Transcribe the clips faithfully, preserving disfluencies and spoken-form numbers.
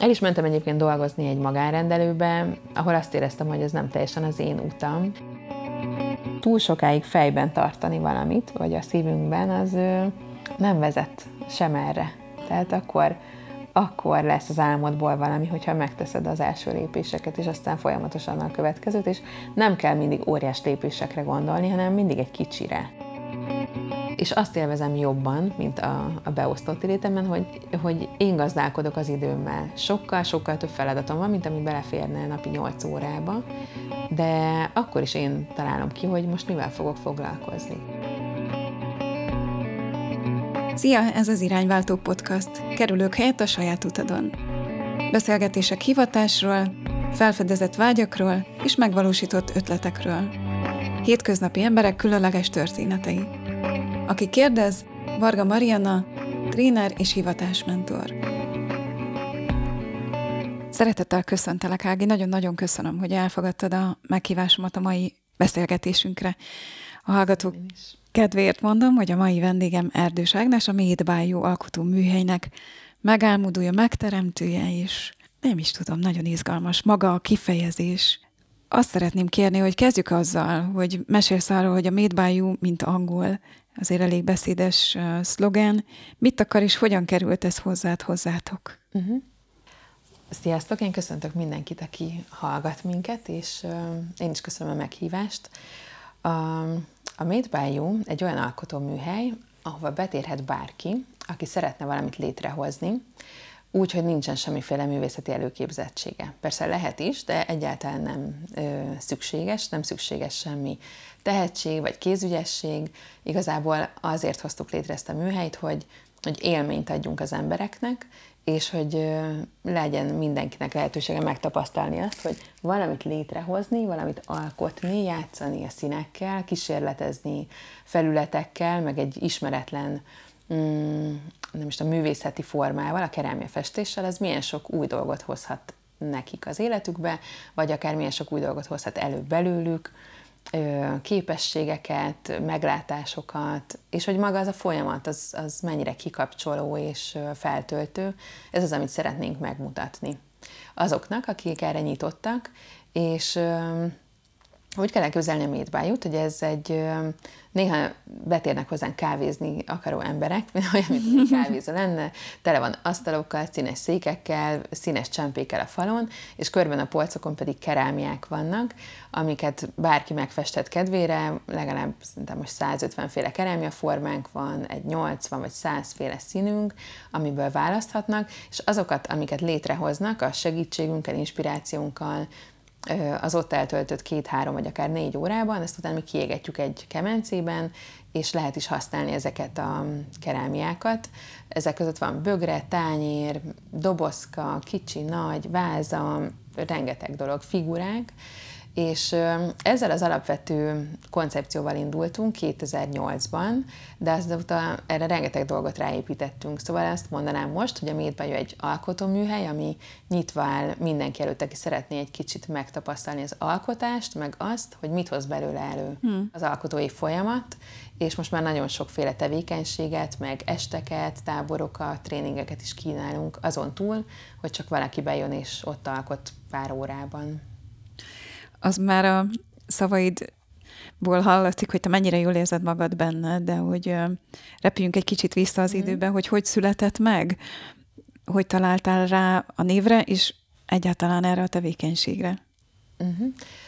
El is mentem egyébként dolgozni egy magánrendelőbe, ahol azt éreztem, hogy ez nem teljesen az én utam. Túl sokáig fejben tartani valamit, vagy a szívünkben, az nem vezet sem erre. Tehát akkor, akkor lesz az álmodból valami, hogyha megteszed az első lépéseket, és aztán folyamatosan a következőt, és nem kell mindig óriás lépésekre gondolni, hanem mindig egy kicsire. És azt élvezem jobban, mint a, a beosztott létemben, hogy, hogy én gazdálkodok az időmmel. Sokkal-sokkal több feladatom van, mint ami beleférne napi nyolc órába, de akkor is én találom ki, hogy most mivel fogok foglalkozni. Szia, ez az Irányváltó Podcast. Kerülők helyett a saját utadon. Beszélgetések hivatásról, felfedezett vágyakról és megvalósított ötletekről. Hétköznapi emberek különleges történetei. Aki kérdez, Varga Marianna, tréner és hivatásmentor. Szeretettel köszöntelek, Ági, nagyon-nagyon köszönöm, hogy elfogadtad a meghívásomat a mai beszélgetésünkre. A hallgatók kedvéért mondom, hogy a mai vendégem Erdős Ágnes, a Made by You alkotó műhelynek megálmodója, megteremtője, és nem is tudom, nagyon izgalmas maga a kifejezés. Azt szeretném kérni, hogy kezdjük azzal, hogy mesélsz arról, hogy a Made by You, mint angol, azért elég beszédes uh, szlogen. Mit akar és hogyan került ez hozzád, hozzátok? Uh-huh. Sziasztok, én köszöntök mindenkit, aki hallgat minket, és uh, én is köszönöm a meghívást. A, a Made by You egy olyan alkotóműhely, ahova betérhet bárki, aki szeretne valamit létrehozni, úgy, hogy nincsen semmiféle művészeti előképzettsége. Persze lehet is, de egyáltalán nem ö, szükséges, nem szükséges semmi tehetség vagy kézügyesség. Igazából azért hoztuk létre ezt a műhelyt, hogy, hogy élményt adjunk az embereknek, és hogy ö, legyen mindenkinek lehetősége megtapasztalni azt, hogy valamit létrehozni, valamit alkotni, játszani a színekkel, kísérletezni felületekkel, meg egy ismeretlen mm, nem is a művészeti formával, a kerámia festéssel, az milyen sok új dolgot hozhat nekik az életükbe, vagy akár milyen sok új dolgot hozhat elő belőlük, képességeket, meglátásokat, és hogy maga az a folyamat, az, az mennyire kikapcsoló és feltöltő, ez az, amit szeretnénk megmutatni azoknak, akik erre nyitottak, és úgy kell elképzelni a Made by You-t, hogy ez egy, néha betérnek hozzánk kávézni akaró emberek, olyan, mint egy kávézó lenne, tele van asztalokkal, színes székekkel, színes csempékkel a falon, és körben a polcokon pedig kerámiák vannak, amiket bárki megfestett kedvére, legalább szerintem most százötven féle kerámiaformánk van, egy nyolcvan vagy száz féle színünk, amiből választhatnak, és azokat, amiket létrehoznak a segítségünkkel, inspirációnkkal, az ott eltöltött két-három vagy akár négy órában, ezt utána mi kiégetjük egy kemencében, és lehet is használni ezeket a kerámiákat. Ezek között van bögre, tányér, dobozka, kicsi, nagy, váza, rengeteg dolog, figurák, és ezzel az alapvető koncepcióval indultunk kétezer-nyolcban, de azóta erre rengeteg dolgot ráépítettünk. Szóval azt mondanám most, hogy a Made by You egy alkotóműhely, ami nyitva áll mindenki előtt, aki szeretné egy kicsit megtapasztalni az alkotást, meg azt, hogy mit hoz belőle elő hmm. az alkotói folyamat, és most már nagyon sokféle tevékenységet, meg esteket, táborokat, tréningeket is kínálunk azon túl, hogy csak valaki bejön és ott alkot pár órában. Az már a szavaidból hallatszik, hogy te mennyire jól érzed magad benne, de hogy repüljünk egy kicsit vissza az mm. időben, hogy hogy született meg, hogy találtál rá a névre, és egyáltalán erre a tevékenységre. Uh-huh.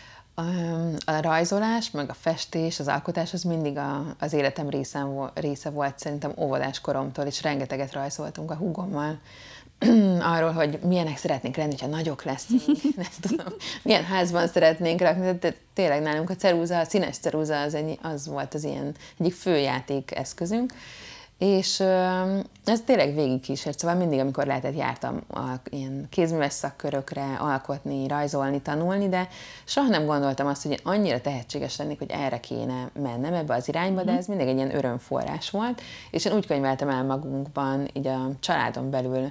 A rajzolás, meg a festés, az alkotás, az mindig a, az életem részem, része volt szerintem óvodás koromtól, és rengeteget rajzoltunk a húgommal, arról, hogy milyenek szeretnénk lenni, ha nagyok leszünk, nem tudom, milyen házban szeretnénk lakni, de tényleg nálunk a ceruza, a színes ceruza az, egy, az volt az ilyen egyik főjáték eszközünk, és ez tényleg végig kísért, szóval mindig, amikor lehetett, jártam a, ilyen kézműves szakkörökre alkotni, rajzolni, tanulni, de soha nem gondoltam azt, hogy én annyira tehetséges lennék, hogy erre kéne mennem, ebbe az irányba, de ez mindig egy ilyen örömforrás volt, és én úgy könyveltem el magunkban, így a családon belül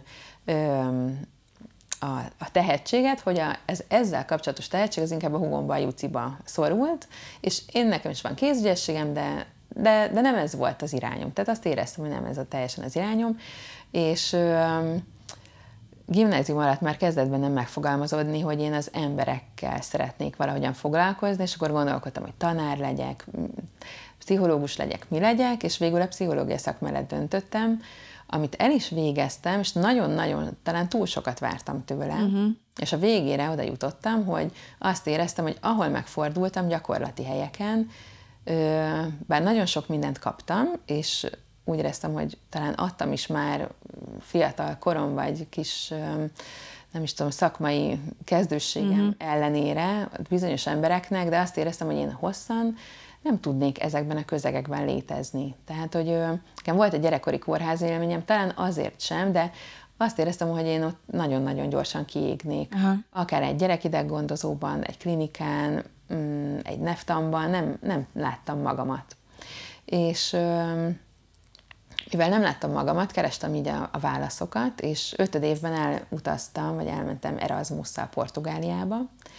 a, a tehetséget, hogy a, ez, ezzel kapcsolatos tehetség az inkább a húgomba, a Juciba szorult, és én nekem is van kézügyességem, de, de, de nem ez volt az irányom. Tehát azt éreztem, hogy nem ez a teljesen az irányom, és gimnázium alatt már kezdett bennem megfogalmazódni, hogy én az emberekkel szeretnék valahogyan foglalkozni, és akkor gondolkodtam, hogy tanár legyek, pszichológus legyek, mi legyek, és végül a pszichológia szak mellett döntöttem, amit el is végeztem, és nagyon-nagyon, talán túl sokat vártam tőle, uh-huh. és a végére oda jutottam, hogy azt éreztem, hogy ahol megfordultam gyakorlati helyeken, bár nagyon sok mindent kaptam, és úgy éreztem, hogy talán adtam is már fiatal korom, vagy kis, nem is tudom, szakmai kezdőségem uh-huh. ellenére bizonyos embereknek, de azt éreztem, hogy én hosszan nem tudnék ezekben a közegekben létezni. Tehát, hogy nekem volt egy gyerekkori kórházi élményem, talán azért sem, de azt éreztem, hogy én ott nagyon-nagyon gyorsan kiégnék. Aha. Akár egy gyerekideggondozóban, egy klinikán, egy neftamban, nem, nem láttam magamat. És mivel nem láttam magamat, kerestem így a, a válaszokat, és ötöd évben elutaztam, vagy elmentem Erasmusszal Portugáliába,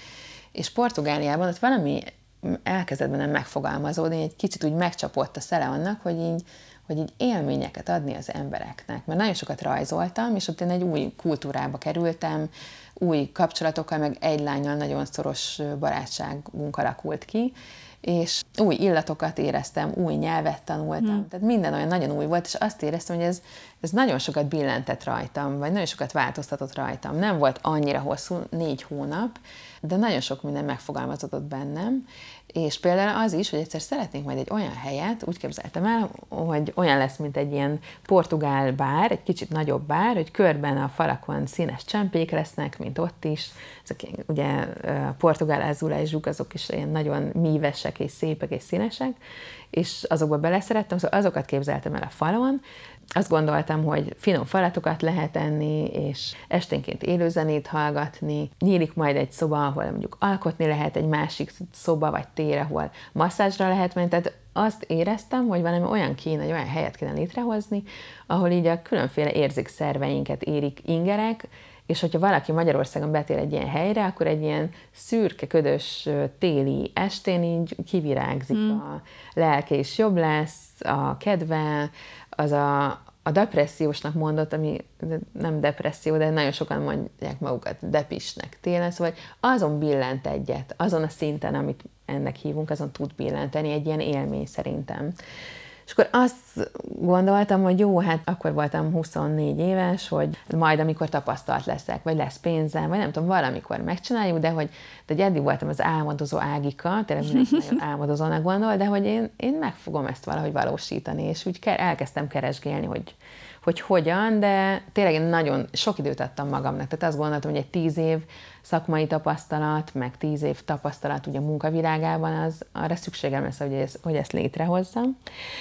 és Portugáliában ott valami elkezdett bennem megfogalmazódni, egy kicsit úgy megcsapott a szele annak, hogy így, hogy így élményeket adni az embereknek. Mert nagyon sokat rajzoltam, és ott én egy új kultúrába kerültem, új kapcsolatokkal, meg egy lánnyal nagyon szoros barátságunk alakult ki, és új illatokat éreztem, új nyelvet tanultam, hmm. tehát minden olyan nagyon új volt, és azt éreztem, hogy ez, ez nagyon sokat billentett rajtam, vagy nagyon sokat változtatott rajtam. Nem volt annyira hosszú, négy hónap, de nagyon sok minden megfogalmazódott bennem, és például az is, hogy egyszer szeretnénk majd egy olyan helyet, úgy képzeltem el, hogy olyan lesz, mint egy ilyen portugál bár, egy kicsit nagyobb bár, hogy körben a falakon színes csempék lesznek, mint ott is. Ezek ugye portugál azulá és zsuk, azok is ilyen nagyon mívesek és szépek és színesek, és azokba beleszerettem, szóval azokat képzeltem el a falon. Azt gondoltam, hogy finom falatokat lehet enni, és esténként élőzenét hallgatni. Nyílik majd egy szoba, ahol mondjuk alkotni lehet, egy másik szoba vagy tér, ahol masszázsra lehet menni. Tehát azt éreztem, hogy valami olyan kéne, egy olyan helyet kéne létrehozni, ahol így a különféle érzékszerveinket érik ingerek, és hogyha valaki Magyarországon betér egy ilyen helyre, akkor egy ilyen szürke, ködös téli estén így kivirágzik hmm. a lelke, és jobb lesz, a kedve, az a, a depressziósnak mondott, ami nem depresszió, de nagyon sokan mondják magukat depisnek télen, szóval azon billent egyet, azon a szinten, amit ennek hívunk, azon tud billenteni egy ilyen élmény szerintem. És akkor azt gondoltam, hogy jó, hát akkor voltam huszonnégy éves, hogy majd amikor tapasztalt leszek, vagy lesz pénzem, vagy nem tudom, valamikor megcsináljuk, de hogy, de hogy eddig voltam az álmodozó Ágika, tényleg mindenki nagyon álmodozónak gondol, de hogy én, én meg fogom ezt valahogy valósítani, és úgy elkezdtem keresgélni, hogy, hogy hogyan, de tényleg én nagyon sok időt adtam magamnak, tehát azt gondoltam, hogy egy tíz év szakmai tapasztalat, meg tíz év tapasztalat ugye a munkavilágában, az arra szükségem lesz, hogy, ez, hogy ezt létrehozzam.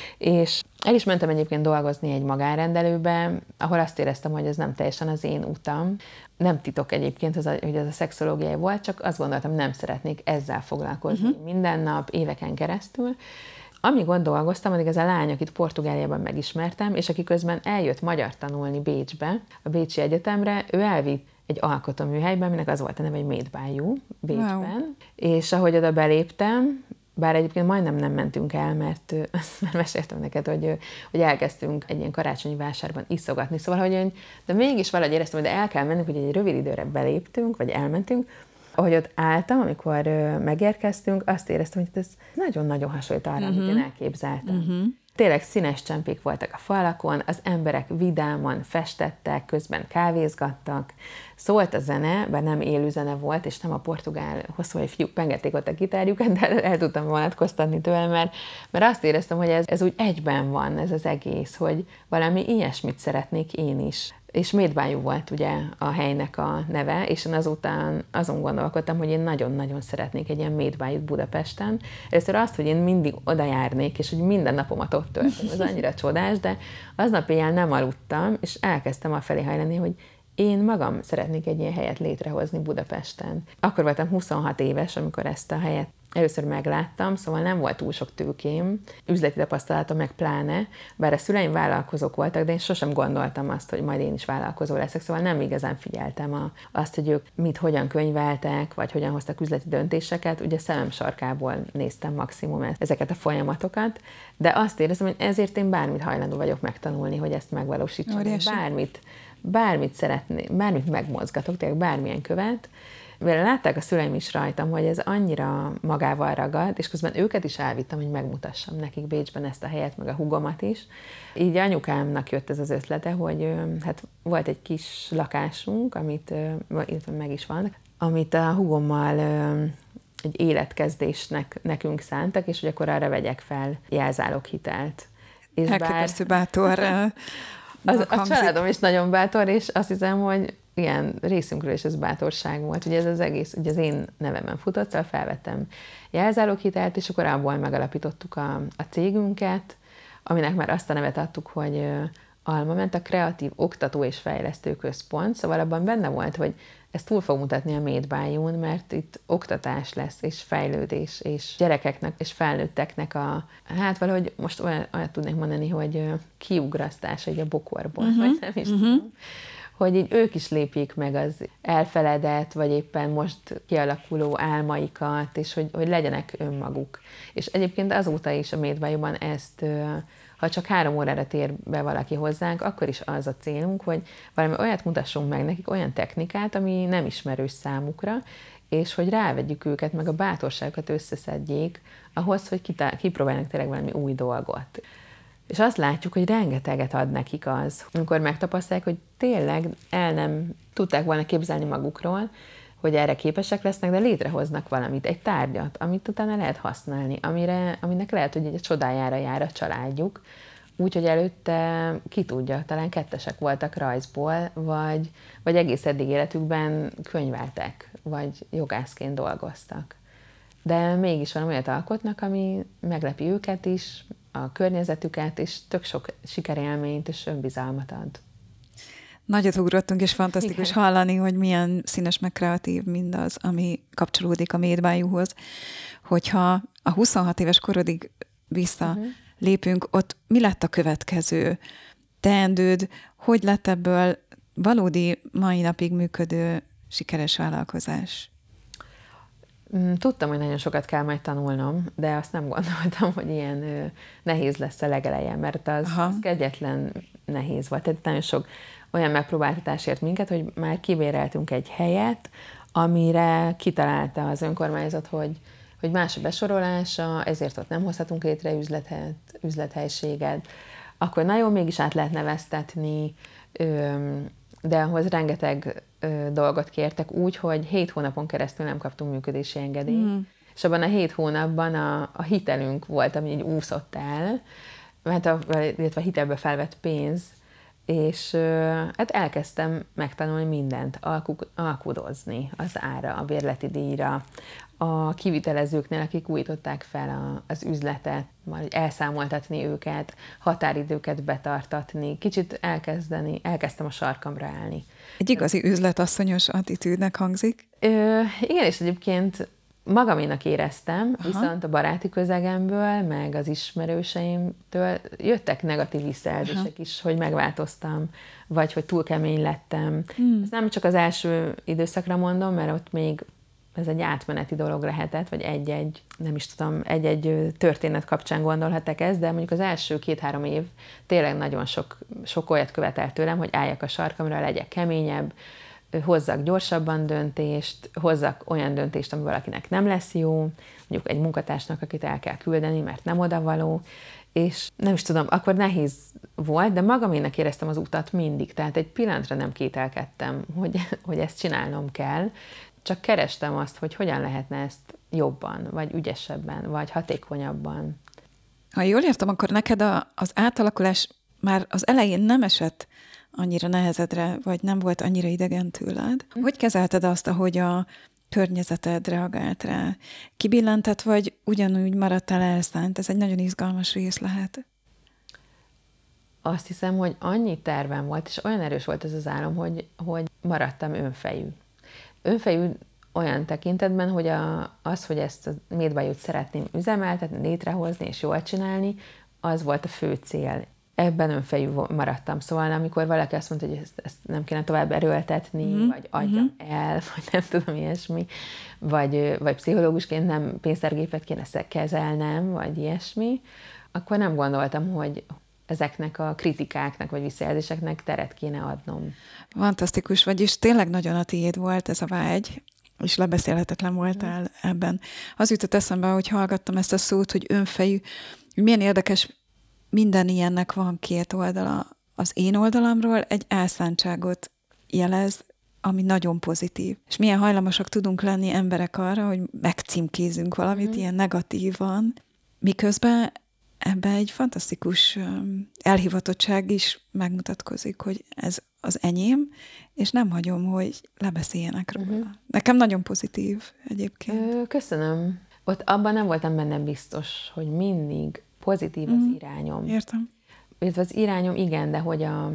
És el is mentem egyébként dolgozni egy magánrendelőbe, ahol azt éreztem, hogy ez nem teljesen az én utam. Nem titok egyébként, az a, hogy ez a szexológiai volt, csak azt gondoltam, nem szeretnék ezzel foglalkozni uh-huh. minden nap, éveken keresztül. Amíg ott dolgoztam, addig ez a lány, akit Portugáliában megismertem, és aki közben eljött magyar tanulni Bécsbe, a Bécsi Egyetemre, ő elvitt egy alkotóműhelyben, aminek az volt a neve, hogy Made by You, Bécsben. Wow. És ahogy oda beléptem, bár egyébként majdnem nem mentünk el, mert azt már meséltem neked, hogy, hogy elkezdtünk egy ilyen karácsonyi vásárban iszogatni, szóval, hogy én, de mégis valahogy éreztem, hogy de el kell mennünk, hogy egy rövid időre beléptünk, vagy elmentünk. Ahogy ott álltam, amikor megérkeztünk, azt éreztem, hogy ez nagyon-nagyon hasonlít arra, uh-huh. amit én elképzeltem. Uh-huh. Tényleg színes csempék voltak a falakon, az emberek vidáman festettek, közben kávézgattak, szólt a zene, bár nem élő zene volt, és nem a portugál hosszú fiúk pengették ott a gitárjukat, de el tudtam vonatkoztatni tőle, mert, mert azt éreztem, hogy ez, ez úgy egyben van, ez az egész, hogy valami ilyesmit szeretnék én is. És Made by You volt ugye a helynek a neve, és én azután azon gondolkodtam, hogy én nagyon-nagyon szeretnék egy ilyen Made by You Budapesten. Először azt, hogy én mindig oda járnék, és hogy minden napomat ott töltöm, ez annyira csodás, de aznap éjjel nem aludtam, és elkezdtem afelé hajlani, hogy én magam szeretnék egy ilyen helyet létrehozni Budapesten. Akkor voltam huszonhat éves, amikor ezt a helyet először megláttam, szóval nem volt túl sok tőkém, üzleti tapasztalatom meg pláne, bár a szüleim vállalkozók voltak, de én sosem gondoltam azt, hogy majd én is vállalkozó leszek, szóval nem igazán figyeltem a, azt, hogy ők mit, hogyan könyveltek, vagy hogyan hoztak üzleti döntéseket, ugye szemem sarkából néztem maximum ezeket a folyamatokat, de azt érezem, hogy ezért én bármit hajlandó vagyok megtanulni, hogy ezt megvalósítsam, bármit, bármit szeretné, bármit megmozgatok, tényleg bármilyen követ. Mivel látták a szüleim is rajtam, hogy ez annyira magával ragad, és közben őket is elvittem, hogy megmutassam nekik Bécsben ezt a helyet, meg a húgomat is. Így anyukámnak jött ez az ötlete, hogy hát volt egy kis lakásunk, amit, illetve meg is van, amit a húgommal egy életkezdésnek nekünk szántak, és hogy akkor arra vegyek fel jelzáloghitelt. Elképesztő bátor. Az, a családom is nagyon bátor, és azt hiszem, hogy ilyen részünkről is ez bátorság volt. Ugye ez az egész, ugye az én nevemen futott, szóval felvettem jelzáloghitelt, és akkor abból megalapítottuk a, a cégünket, aminek már azt a nevet adtuk, hogy Almament, a Kreatív Oktató és Fejlesztő Központ, szóval abban benne volt, hogy ez túl fog mutatni a Made by You-n, mert itt oktatás lesz, és fejlődés, és gyerekeknek, és felnőtteknek a, hát valahogy most olyan, olyat tudnék mondani, hogy kiugrasztás egy a bokorból, uh-huh. vagy nem is uh-huh. tudom, hogy így ők is lépjék meg az elfeledett, vagy éppen most kialakuló álmaikat, és hogy, hogy legyenek önmaguk. És egyébként azóta is a Made by You-ban ezt, ha csak három órára tér be valaki hozzánk, akkor is az a célunk, hogy valami olyat mutassunk meg nekik, olyan technikát, ami nem ismerős számukra, és hogy rávegyük őket, meg a bátorságokat összeszedjék ahhoz, hogy kitá- kipróbálnak tényleg valami új dolgot. És azt látjuk, hogy rengeteget ad nekik az, amikor megtapasztalják, hogy tényleg el nem tudták volna képzelni magukról, hogy erre képesek lesznek, de létrehoznak valamit, egy tárgyat, amit utána lehet használni, amire, aminek lehet, hogy egy csodájára jár a családjuk, úgyhogy előtte ki tudja, talán kettesek voltak rajzból, vagy, vagy egész eddig életükben könyveltek, vagy jogászként dolgoztak. De mégis van olyat alkotnak, ami meglepi őket is, a környezetüket, és tök sok sikerélményt és önbizalmat ad. Nagyot ugrottunk, és fantasztikus Igen. hallani, hogy milyen színes meg kreatív mindaz, ami kapcsolódik a Made by You-hoz. Hogyha a huszonhat éves korodig visszalépünk, uh-huh. ott mi lett a következő teendőd? Hogy lett ebből valódi mai napig működő sikeres vállalkozás? Tudtam, hogy nagyon sokat kell majd tanulnom, de azt nem gondoltam, hogy ilyen ö, nehéz lesz a legelején, mert az, az kegyetlen nehéz volt. Tehát nagyon sok olyan megpróbáltatás ért minket, hogy már kibéreltünk egy helyet, amire kitalálta az önkormányzat, hogy, hogy más a besorolása, ezért ott nem hozhatunk létre üzletet, üzlethelységet. Akkor nagyon mégis át lehet neveztetni, de ahhoz rengeteg dolgot kértek úgy, hogy hét hónapon keresztül nem kaptunk működési engedélyt. Mm. És abban a hét hónapban a, a hitelünk volt, ami így úszott el, mert a, illetve a hitelbe felvett pénz, és hát elkezdtem megtanulni mindent, alkuk, alkudozni az ára, a bérleti díjra, a kivitelezőknél, akik újították fel a, az üzletet, majd elszámoltatni őket, határidőket betartatni, kicsit elkezdeni, elkezdtem a sarkamra állni. Egy igazi üzletasszonyos attitűdnek hangzik. Ö, igen, és egyébként magaménak éreztem, Aha. viszont a baráti közegemből, meg az ismerőseimtől jöttek negatív visszajelzések is, hogy megváltoztam, vagy hogy túl kemény lettem. Hmm. Ezt nem csak az első időszakra mondom, mert ott még ez egy átmeneti dolog lehetett, vagy egy-egy, nem is tudom, egy-egy történet kapcsán gondolhatok ezt, de mondjuk az első két-három év tényleg nagyon sok, sok olyat követelt tőlem, hogy álljak a sarkamra, legyek keményebb, hozzak gyorsabban döntést, hozzak olyan döntést, ami valakinek nem lesz jó, mondjuk egy munkatársnak, akit el kell küldeni, mert nem odavaló, és nem is tudom, akkor nehéz volt, de magaménak éreztem az utat mindig, tehát egy pillanatra nem kételkedtem, hogy, hogy ezt csinálnom kell, csak kerestem azt, hogy hogyan lehetne ezt jobban, vagy ügyesebben, vagy hatékonyabban. Ha jól értem, akkor neked a, az átalakulás már az elején nem esett annyira nehezedre, vagy nem volt annyira idegen tőled. Hogy kezelted azt, ahogy a környezeted reagált rá? Kibillentett, vagy ugyanúgy maradtál elszánt? Ez egy nagyon izgalmas rész lehet. Azt hiszem, hogy annyi tervem volt, és olyan erős volt ez az álom, hogy, hogy maradtam önfejű. Önfejű olyan tekintetben, hogy a, az, hogy ezt a Made by You-t szeretném üzemeltetni, létrehozni és jól csinálni, az volt a fő cél. Ebben önfejű maradtam. Szóval amikor valaki azt mondta, hogy ezt, ezt nem kéne tovább erőltetni, mm-hmm. vagy adjam mm-hmm. el, vagy nem tudom, ilyesmi, vagy, vagy pszichológusként nem pénztárgépet kéne kezelnem, vagy ilyesmi, akkor nem gondoltam, hogy ezeknek a kritikáknak, vagy visszajelzéseknek teret kéne adnom. Fantasztikus, vagyis tényleg nagyon a tiéd volt ez a vágy, és lebeszélhetetlen voltál mm. ebben. Az jutott eszembe, hogy hallgattam ezt a szót, hogy önfejű, hogy milyen érdekes, minden ilyennek van két oldala. Az én oldalamról egy elszántságot jelez, ami nagyon pozitív. És milyen hajlamosak tudunk lenni emberek arra, hogy megcímkézünk valamit mm. ilyen negatívan, miközben ebben egy fantasztikus elhivatottság is megmutatkozik, hogy ez az enyém, és nem hagyom, hogy lebeszéljenek róla. Uh-huh. Nekem nagyon pozitív egyébként. Köszönöm. Ott abban nem voltam benne biztos, hogy mindig pozitív az uh-huh. irányom. Értem. Illetve az irányom igen, de hogy a,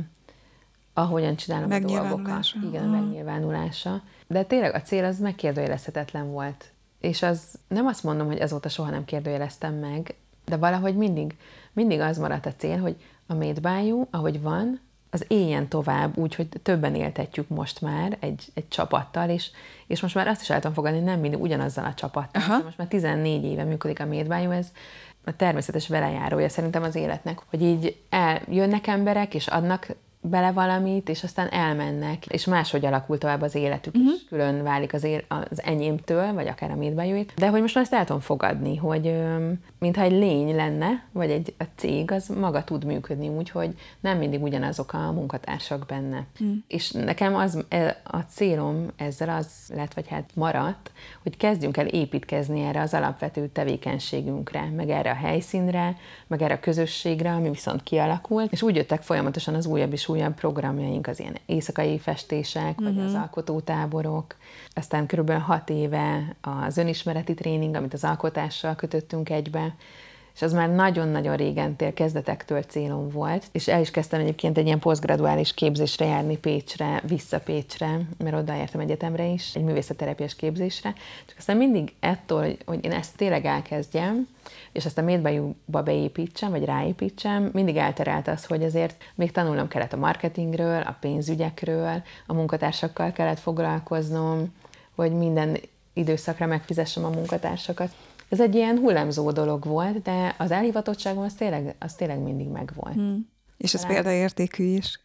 ahogyan csinálom a dolgokat. Igen, uh-huh. a megnyilvánulása. De tényleg a cél az megkérdőjelezhetetlen volt. És az nem azt mondom, hogy azóta soha nem kérdőjeleztem meg, de valahogy mindig, mindig az maradt a cél, hogy a Made by You, ahogy van, az éljen tovább, úgy, hogy többen éltetjük most már egy, egy csapattal, és, és most már azt is el tudom fogadni, hogy nem mindig ugyanazzal a csapattal. Szóval most már tizennégy éve működik a Made by You, ez a természetes velejárója szerintem az életnek, hogy így eljönnek emberek, és adnak bele valamit, és aztán elmennek, és máshogy alakul tovább az életük, uh-huh. és külön válik az, ér, az enyémtől, vagy akár a Made by You-it. De hogy most már ezt el tudom fogadni, hogy mintha egy lény lenne, vagy egy a cég, az maga tud működni úgy, hogy nem mindig ugyanazok a munkatársak benne. Uh-huh. És nekem az, a célom ezzel az lett, vagy hát maradt, hogy kezdjünk el építkezni erre az alapvető tevékenységünkre, meg erre a helyszínre, meg erre a közösségre, ami viszont kialakult, és úgy jöttek folyamatosan az újabb és újabb programjaink, az ilyen éjszakai festések, uh-huh. vagy az alkotótáborok. Aztán körülbelül hat éve az önismereti tréning, amit az alkotással kötöttünk egybe, és az már nagyon-nagyon régentől, kezdetektől célom volt, és el is kezdtem egyébként egy ilyen posztgraduális képzésre járni Pécsre, vissza Pécsre, mert oda jártam egyetemre is, egy művészetterápiás képzésre, csak aztán mindig ettől, hogy, hogy én ezt tényleg elkezdjem, és ezt a Made by You-ba beépítsem, vagy ráépítsem, mindig elterelt az, hogy azért még tanulnom kellett a marketingről, a pénzügyekről, a munkatársakkal kellett foglalkoznom, hogy minden időszakra megfizessem a munkatársakat. Ez egy ilyen hullámzó dolog volt, de az elhivatottságom az tényleg, az tényleg mindig megvolt. Hmm. És ez példaértékű is.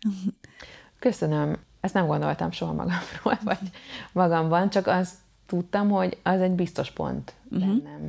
Köszönöm. Ezt nem gondoltam soha magamról, vagy magamban, csak azt tudtam, hogy az egy biztos pont bennem. Uh-huh.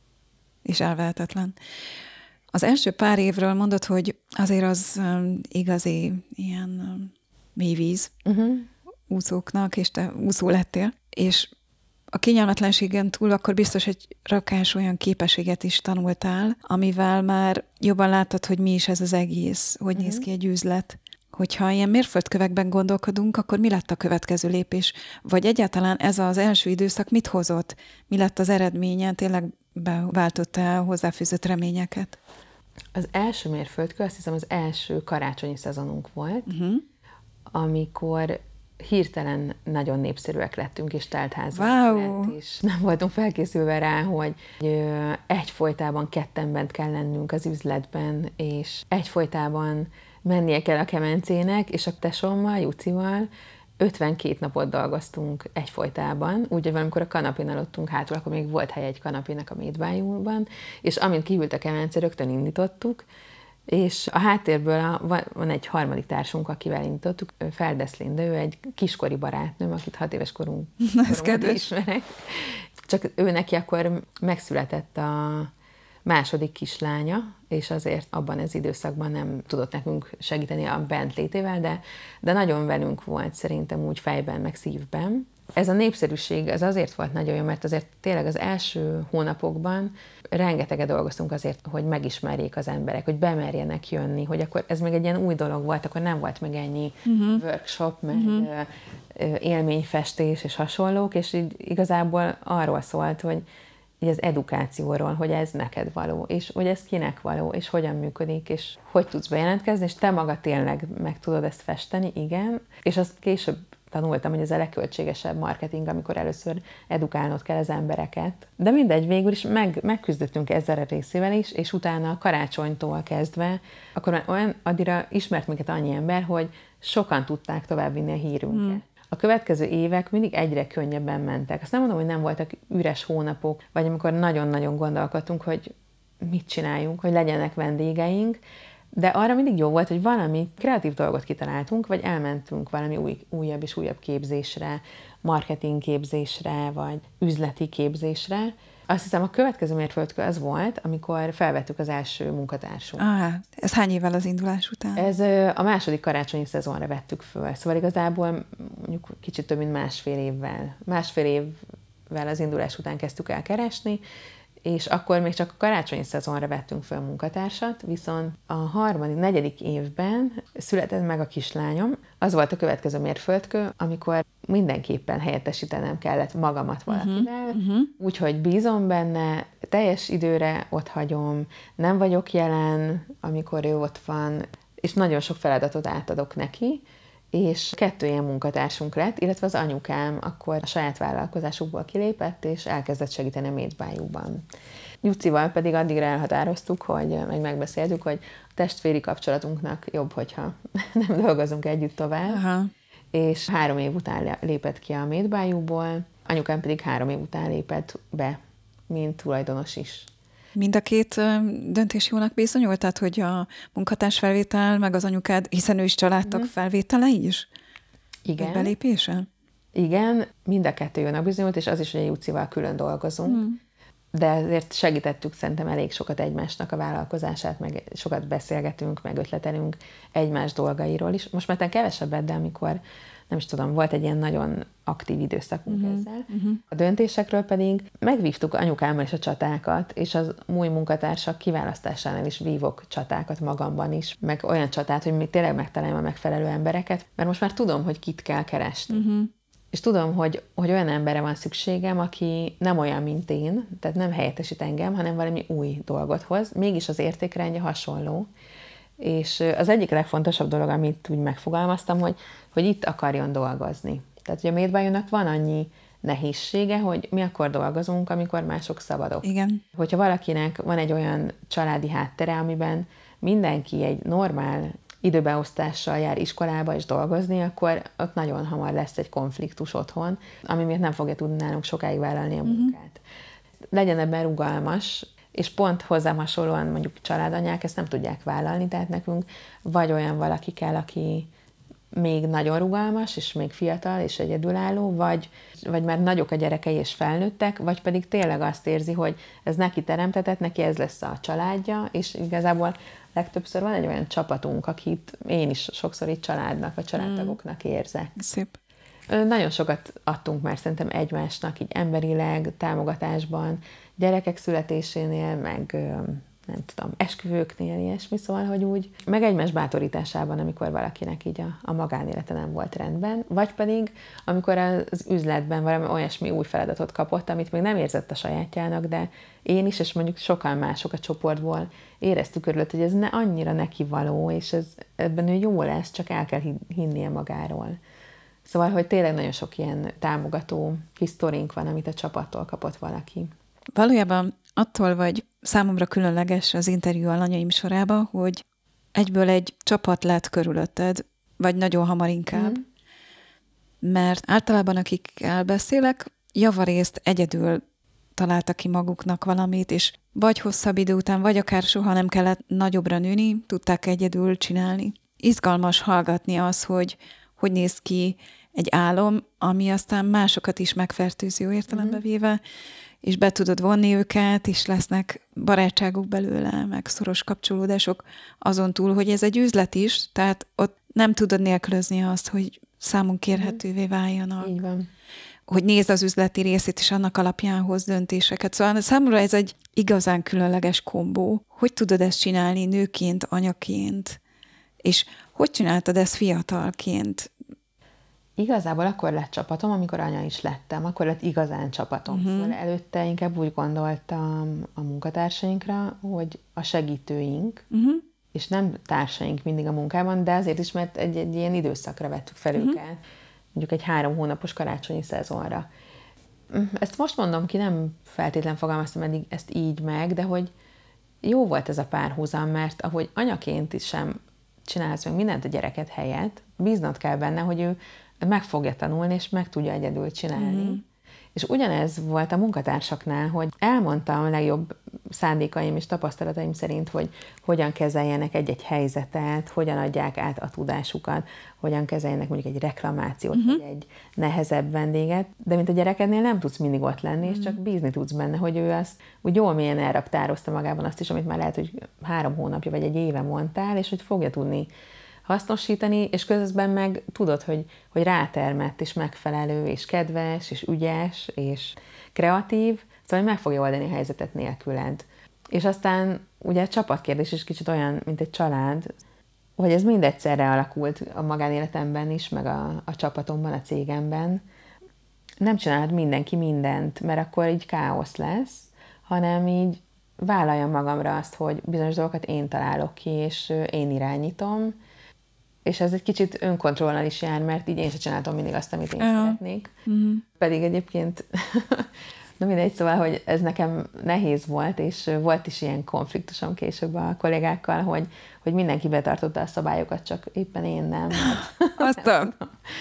És elvehetetlen. Az első pár évről mondod, hogy azért az um, igazi ilyen um, mély víz uh-huh. úszóknak, és te úszó lettél, és a kényelmetlenségen túl akkor biztos egy rakás olyan képességet is tanultál, amivel már jobban láttad, hogy mi is ez az egész, hogy uh-huh. néz ki egy üzlet. Hogyha ilyen mérföldkövekben gondolkodunk, akkor mi lett a következő lépés? Vagy egyáltalán ez az első időszak mit hozott? Mi lett az eredménye? Tényleg beváltotta a hozzáfűzött reményeket? Az első mérföldkő, azt hiszem az első karácsonyi szezonunk volt, uh-huh. amikor hirtelen nagyon népszerűek lettünk, és teltházban wow. lett, és nem voltunk felkészülve rá, hogy egyfolytában ketten bent kell lennünk az üzletben, és egyfolytában mennie kell a kemencének, és a tesómmal, Jucival ötvenkét napot dolgoztunk egyfolytában, úgy, hogy valamikor a kanapén aludtunk hátul, akkor még volt hely egy kanapének a Made by You-ban, és amint kihűlt a kemence, rögtön indítottuk, és a háttérből a, van egy harmadik társunk, akivel indítottuk, Feldesz Linda, ő egy kiskori barátnőm, akit hat éves korunk ismerek. Csak ő neki akkor megszületett a második kislánya, és azért abban az időszakban nem tudott nekünk segíteni a bentlétével, de, de nagyon velünk volt szerintem úgy fejben, meg szívben. Ez a népszerűség az azért volt nagyon jó, mert azért tényleg az első hónapokban rengeteget dolgoztunk azért, hogy megismerjék az emberek, hogy bemerjenek jönni, hogy akkor ez még egy ilyen új dolog volt, akkor nem volt meg ennyi uh-huh. workshop, meg uh-huh. élményfestés és hasonlók, és így igazából arról szólt, hogy így az edukációról, hogy ez neked való, és hogy ez kinek való, és hogyan működik, és hogy tudsz bejelentkezni, és te maga tényleg meg tudod ezt festeni, igen, és azt később tanultam, hogy ez a legköltségesebb marketing, amikor először edukálnod kell az embereket. De mindegy, végül is meg, megküzdöttünk ezzel a részével is, és utána a karácsonytól kezdve, akkor már olyan, addigra ismert minket annyi ember, hogy sokan tudták továbbvinni a hírünket. Hmm. A következő évek mindig egyre könnyebben mentek. Azt nem mondom, hogy nem voltak üres hónapok, vagy amikor nagyon-nagyon gondolkodtunk, hogy mit csináljunk, hogy legyenek vendégeink, de arra mindig jó volt, hogy valami kreatív dolgot kitaláltunk, vagy elmentünk valami új, újabb és újabb képzésre, marketing képzésre, vagy üzleti képzésre. Azt hiszem, a következő mérföldkő az volt, amikor felvettük az első munkatársunk. Ah, ez hány évvel az indulás után? Ez a második karácsonyi szezonra vettük föl. Szóval igazából mondjuk kicsit több mint másfél évvel. Másfél évvel az indulás után kezdtük el keresni, és akkor még csak a karácsonyi szezonra vettünk föl munkatársat, viszont a harmadik, negyedik évben született meg a kislányom. Az volt a következő mérföldkő, amikor mindenképpen helyettesítenem kellett magamat valakivel, uh-huh, uh-huh. úgyhogy bízom benne, teljes időre ott hagyom, nem vagyok jelen, amikor ő ott van, és nagyon sok feladatot átadok neki, és kettő ilyen munkatársunk lett, illetve az anyukám akkor a saját vállalkozásukból kilépett, és elkezdett segíteni a Made by You-ban. Jucival pedig addigra elhatároztuk, hogy meg megbeszéltük, hogy a testvéri kapcsolatunknak jobb, hogyha nem dolgozunk együtt tovább. Aha. És három év után lépett ki a Made by You-ból, anyukám pedig három év után lépett be, mint tulajdonos is. Mind a két döntés jónak bizonyult? Tehát, hogy a munkatárs felvétel, meg az anyukád, hiszen ő is családtag mm. felvétele is? Igen. Belépése? Igen, mind a kettő jónak bizonyult, és az is, hogy a Jucival külön dolgozunk. Mm. De azért segítettük szerintem elég sokat egymásnak a vállalkozását, meg sokat beszélgetünk, meg ötletelünk egymás dolgairól is. Most már kevesebbet, de amikor nem is tudom, volt egy ilyen nagyon aktív időszakunk uh-huh, ezzel. Uh-huh. A döntésekről pedig megvívtuk anyukámmal is a csatákat, és az új munkatársak kiválasztásánál is vívok csatákat magamban is, meg olyan csatát, hogy még tényleg megtaláljam a megfelelő embereket, mert most már tudom, hogy kit kell keresni. Uh-huh. És tudom, hogy, hogy olyan emberre van szükségem, aki nem olyan, mint én, tehát nem helyettesít engem, hanem valami új dolgot hoz, mégis az értékrendje hasonló. És az egyik legfontosabb dolog, amit úgy megfogalmaztam, hogy, hogy itt akarjon dolgozni. Tehát, hogy a Made by You-nak van annyi nehézsége, hogy mi akkor dolgozunk, amikor mások szabadok. Igen. Hogyha valakinek van egy olyan családi háttere, amiben mindenki egy normál időbeosztással jár iskolába és dolgozni, akkor ott nagyon hamar lesz egy konfliktus otthon, ami miatt nem fogja tudni nálunk sokáig vállalni a munkát. Uh-huh. Legyen ebben rugalmas, és pont hozzám hasonlóan mondjuk családanyák ezt nem tudják vállalni, tehát nekünk vagy olyan valaki kell, aki még nagyon rugalmas, és még fiatal, és egyedülálló, vagy, vagy már nagyok a gyerekei, és felnőttek, vagy pedig tényleg azt érzi, hogy ez neki teremtetett, neki ez lesz a családja, és igazából legtöbbször van egy olyan csapatunk, akit én is sokszor így családnak, vagy családtagoknak érzek. Szép. Nagyon sokat adtunk már szerintem egymásnak, így emberileg, támogatásban, gyerekek születésénél, meg nem tudom, esküvőknél, ilyesmi, szóval, hogy úgy, meg egymás bátorításában, amikor valakinek így a, a magánélete nem volt rendben, vagy pedig, amikor az üzletben valami olyasmi új feladatot kapott, amit még nem érzett a sajátjának, de én is, és mondjuk sokan mások a csoportból éreztük körülött, hogy ez ne annyira neki való, és ez, ebben ő jó lesz, csak el kell hinnie magáról. Szóval, hogy tényleg nagyon sok ilyen támogató kis sztorink van, amit a csapattól kapott valaki. Valójában attól vagy számomra különleges az interjú alanyaim sorába, hogy egyből egy csapat lett körülötted, vagy nagyon hamar inkább, mm. mert általában akikkel beszélek, javarészt egyedül találtak ki maguknak valamit, és vagy hosszabb idő után, vagy akár soha nem kellett nagyobbra nőni, tudták egyedül csinálni. Izgalmas hallgatni az, hogy hogy néz ki egy álom, ami aztán másokat is megfertőző értelembe véve, és be tudod vonni őket, és lesznek barátságok belőle, meg szoros kapcsolódások azon túl, hogy ez egy üzlet is, tehát ott nem tudod nélkülözni azt, hogy számon kérhetővé váljanak. Így van. Hogy nézd az üzleti részét, és annak alapján hoz döntéseket. Szóval számomra ez egy igazán különleges kombó. Hogy tudod ezt csinálni nőként, anyaként? És hogy csináltad ezt fiatalként? Igazából akkor lett csapatom, amikor anya is lettem, akkor lett igazán csapatom. Uh-huh. Szóval előtte inkább úgy gondoltam a munkatársainkra, hogy a segítőink, uh-huh. és nem társaink mindig a munkában, de azért is, mert egy, egy ilyen időszakra vettük fel uh-huh. őket. mondjuk egy három hónapos karácsonyi szezonra. Ezt most mondom ki, nem feltétlen fogalmaztam eddig ezt így meg, de hogy jó volt ez a párhuzam, mert ahogy anyaként is sem csinálsz meg mindent a gyereket helyett, bíznod kell benne, hogy ő meg fogja tanulni, és meg tudja egyedül csinálni. Mm. És ugyanez volt a munkatársaknál, hogy elmondtam a legjobb szándékaim és tapasztalataim szerint, hogy hogyan kezeljenek egy-egy helyzetet, hogyan adják át a tudásukat, hogyan kezeljenek mondjuk egy reklamációt, uh-huh. vagy egy nehezebb vendéget, de mint a gyerekednél nem tudsz mindig ott lenni, uh-huh. és csak bízni tudsz benne, hogy ő azt úgy jól mélyen elraktározta magában azt is, amit már lehet, hogy három hónapja vagy egy éve mondtál, és hogy fogja tudni hasznosítani, és közben meg tudod, hogy, hogy rátermett, és megfelelő, és kedves, és ügyes, és kreatív, szóval meg fogja oldani a helyzetet nélküled. És aztán ugye a csapatkérdés is kicsit olyan, mint egy család, hogy ez mindegyszerre alakult a magánéletemben is, meg a, a csapatomban, a cégemben. Nem csinálhat mindenki mindent, mert akkor így káosz lesz, hanem így vállaljam magamra azt, hogy bizonyos dolgokat én találok ki, és én irányítom, és ez egy kicsit önkontrollal is jár, mert így én sem csináltam mindig azt, amit én uh-huh. szeretnék. Uh-huh. Pedig egyébként, na mindegy, szóval, hogy ez nekem nehéz volt, és volt is ilyen konfliktusom később a kollégákkal, hogy, hogy mindenki betartotta a szabályokat, csak éppen én nem. Aztán.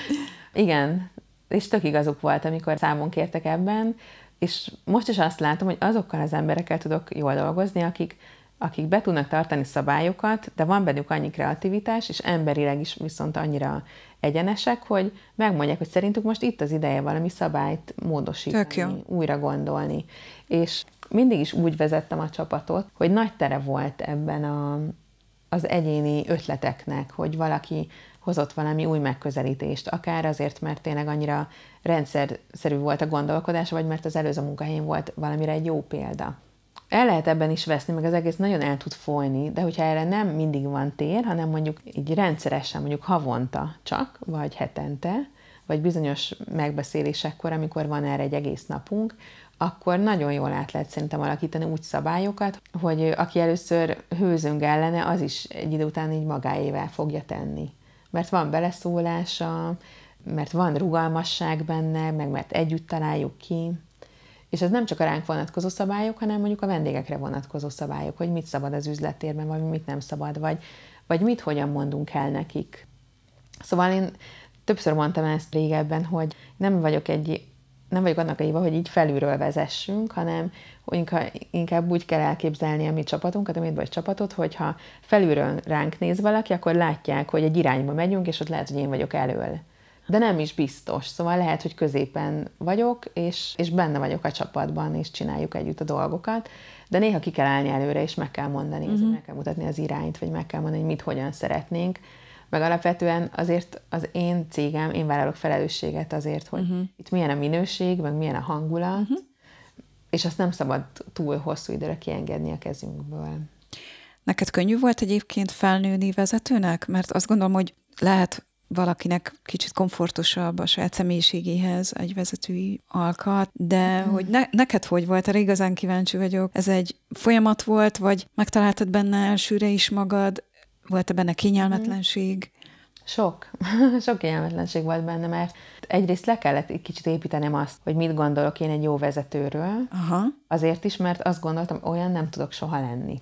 Igen, és tök igazuk volt, amikor számon kértek ebben, és most is azt látom, hogy azokkal az emberekkel tudok jól dolgozni, akik akik be tudnak tartani szabályokat, de van bennük annyi kreativitás, és emberileg is viszont annyira egyenesek, hogy megmondják, hogy szerintük most itt az ideje valami szabályt módosítani, újra gondolni. És mindig is úgy vezettem a csapatot, hogy nagy tere volt ebben a, az egyéni ötleteknek, hogy valaki hozott valami új megközelítést, akár azért, mert tényleg annyira rendszerszerű volt a gondolkodása, vagy mert az előző munkahelyén volt valamire egy jó példa. El lehet ebben is veszni, meg az egész nagyon el tud folyni, de hogyha erre nem mindig van tér, hanem mondjuk így rendszeresen, mondjuk havonta csak, vagy hetente, vagy bizonyos megbeszélésekkor, amikor van erre egy egész napunk, akkor nagyon jól át lehet szerintem alakítani úgy szabályokat, hogy aki először hőzöng ellene, az is egy idő után így magáével fogja tenni. Mert van beleszólása, mert van rugalmasság benne, meg mert együtt találjuk ki. És ez nem csak a ránk vonatkozó szabályok, hanem mondjuk a vendégekre vonatkozó szabályok, hogy mit szabad az üzlettérben, vagy mit nem szabad, vagy, vagy mit hogyan mondunk el nekik. Szóval én többször mondtam ezt régebben, hogy nem vagyok egy, nem vagyok annak a híva, hogy így felülről vezessünk, hanem inkább úgy kell elképzelni a mi csapatunkat, a mi vagy csapatot, hogyha felülről ránk néz valaki, akkor látják, hogy egy irányba megyünk, és ott lehet, hogy én vagyok elől. De nem is biztos, szóval lehet, hogy középen vagyok, és, és benne vagyok a csapatban, és csináljuk együtt a dolgokat, de néha ki kell állni előre, és meg kell mondani, uh-huh. meg kell mutatni az irányt, vagy meg kell mondani, hogy mit, hogyan szeretnénk, meg alapvetően azért az én cégem, én vállalok felelősséget azért, hogy uh-huh. itt milyen a minőség, meg milyen a hangulat, uh-huh. és azt nem szabad túl hosszú időre kiengedni a kezünkből. Neked könnyű volt egyébként felnőni vezetőnek? Mert azt gondolom, hogy lehet valakinek kicsit komfortosabb a saját személyiségéhez egy vezetői alkat, de mm. hogy ne, neked hogy volt? Erre igazán kíváncsi vagyok. Ez egy folyamat volt, vagy megtaláltad benne elsőre is magad? Volt-e benne kényelmetlenség? Sok. Sok kényelmetlenség volt benne, mert egyrészt le kellett egy kicsit építenem azt, hogy mit gondolok én egy jó vezetőről. Aha. Azért is, mert azt gondoltam, olyan nem tudok soha lenni.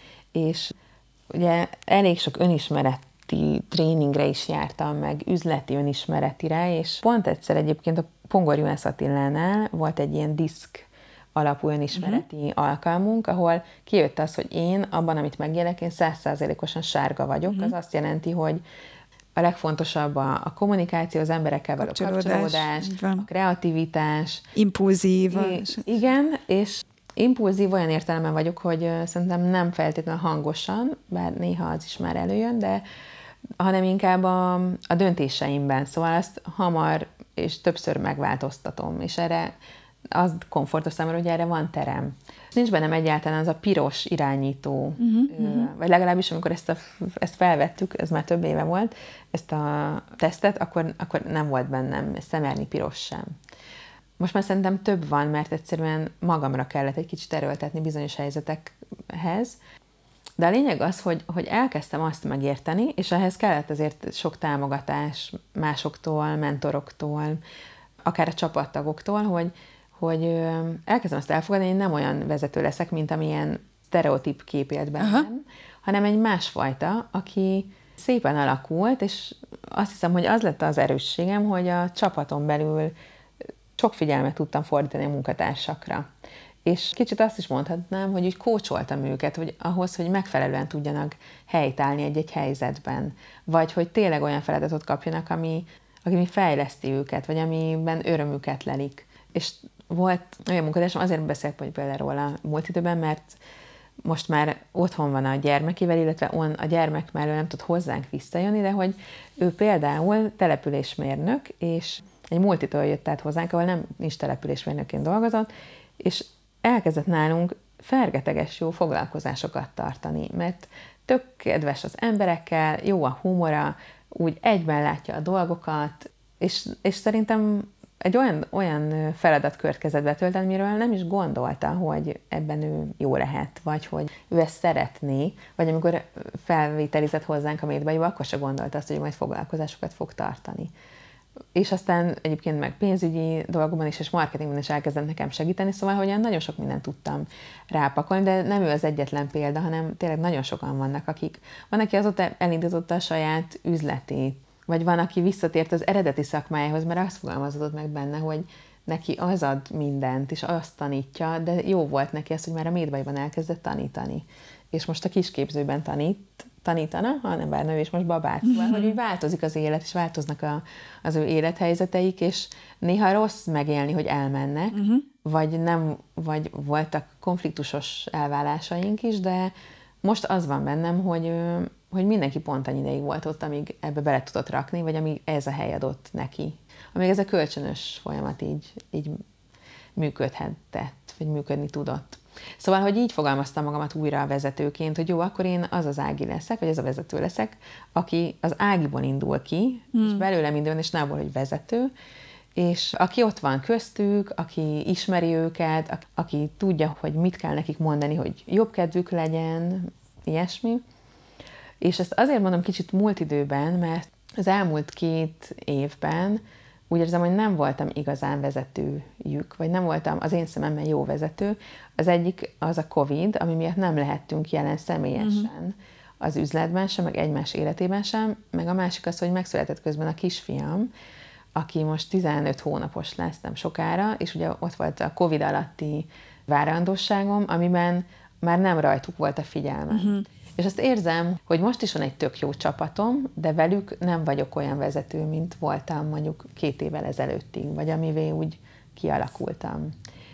És ugye elég sok önismeret tréningre is jártam, meg üzleti önismeretire, és pont egyszer egyébként a Pongor Juhász Attilánál volt egy ilyen diszk alapú önismereti uh-huh. alkalmunk, ahol kijött az, hogy én abban, amit megélek, én száz százalékosan sárga vagyok. Uh-huh. Az azt jelenti, hogy a legfontosabb a, a kommunikáció, az emberekkel való kapcsolódás, a kreativitás. Impulzív. I- igen, és impulzív olyan értelemben vagyok, hogy szerintem nem feltétlenül hangosan, bár néha az is már előjön, de hanem inkább a, a döntéseimben. Szóval azt hamar és többször megváltoztatom, és erre az komfortos számomra, hogy erre van terem. Nincs bennem egyáltalán az a piros irányító, uh-huh, vagy legalábbis amikor ezt, a, ezt felvettük, ez már több éve volt, ezt a tesztet, akkor, akkor nem volt bennem szemerni piros sem. Most már szerintem több van, mert egyszerűen magamra kellett egy kicsit erőltetni bizonyos helyzetekhez, De a lényeg az, hogy, hogy elkezdtem azt megérteni, és ehhez kellett azért sok támogatás másoktól, mentoroktól, akár a csapattagoktól, hogy, hogy elkezdem azt elfogadni, hogy én nem olyan vezető leszek, mint amilyen sztereotíp kép élt bennem, hanem egy másfajta, aki szépen alakult, és azt hiszem, hogy az lett az erősségem, hogy a csapaton belül sok figyelmet tudtam fordítani a munkatársakra. És kicsit azt is mondhatnám, hogy úgy kócsoltam őket, hogy ahhoz, hogy megfelelően tudjanak helytállni egy-egy helyzetben, vagy hogy tényleg olyan feladatot kapjanak, ami, ami fejleszti őket, vagy amiben örömüket lelik. És volt olyan munkatársam, azért beszélek hogy például róla múlt időben, mert most már otthon van a gyermekével, illetve on a gyermek mellől nem tud hozzánk visszajönni, de hogy ő például településmérnök, és egy multitól jött át hozzánk, ahol nem is településmérnökként dolgozott, és elkezdett nálunk fergeteges jó foglalkozásokat tartani, mert tök kedves az emberekkel, jó a humora, úgy egyben látja a dolgokat, és, és szerintem egy olyan, olyan feladatkört kezdett betölteni, miről nem is gondolta, hogy ebben ő jó lehet, vagy hogy ő ezt szeretné, vagy amikor felvételizett hozzánk a médbe, akkor se gondolta azt, hogy majd foglalkozásokat fog tartani. És aztán egyébként meg pénzügyi dolgokban is, és marketingben is elkezdett nekem segíteni, szóval hogy nagyon sok mindent tudtam rápakolni, de nem ő az egyetlen példa, hanem tényleg nagyon sokan vannak, akik, van, aki azóta elindította a saját üzletét, vagy van, aki visszatért az eredeti szakmájához, mert azt fogalmazott meg benne, hogy neki az ad mindent, és azt tanítja, de jó volt neki az, hogy már a Médbajban elkezdett tanítani. És most a kisképzőben tanít, tanítana, hanem bár nő, és most babát. Szóval, hogy úgy változik az élet, és változnak a, az ő élethelyzeteik, és néha rossz megélni, hogy elmennek, uh-huh. vagy, nem, vagy voltak konfliktusos elválásaink is, de most az van bennem, hogy, hogy mindenki pont annyi ideig volt ott, amíg ebbe bele tudott rakni, vagy amíg ez a hely adott neki. Amíg ez a kölcsönös folyamat így, így működhetett, vagy működni tudott. Szóval, hogy így fogalmaztam magamat újra a vezetőként, hogy jó, akkor én az az Ági leszek, vagy az a vezető leszek, aki az Ágiból indul ki, hmm. és belőlem indul, és nából, hogy vezető, és aki ott van köztük, aki ismeri őket, aki tudja, hogy mit kell nekik mondani, hogy jobb kedvük legyen, ilyesmi. És ezt azért mondom kicsit múlt időben, mert az elmúlt két évben úgy érzem, hogy nem voltam igazán vezetőjük, vagy nem voltam az én szememben jó vezető. Az egyik az a Covid, ami miatt nem lehettünk jelen személyesen uh-huh. az üzletben sem, meg egymás életében sem, meg a másik az, hogy megszületett közben a kisfiam, aki most tizenöt hónapos lesz nem sokára, és ugye ott volt a Covid alatti várandóságom, amiben már nem rajtuk volt a figyelmem. Uh-huh. És azt érzem, hogy most is van egy tök jó csapatom, de velük nem vagyok olyan vezető, mint voltam mondjuk két évvel ezelőttig, vagy amivé úgy kialakultam.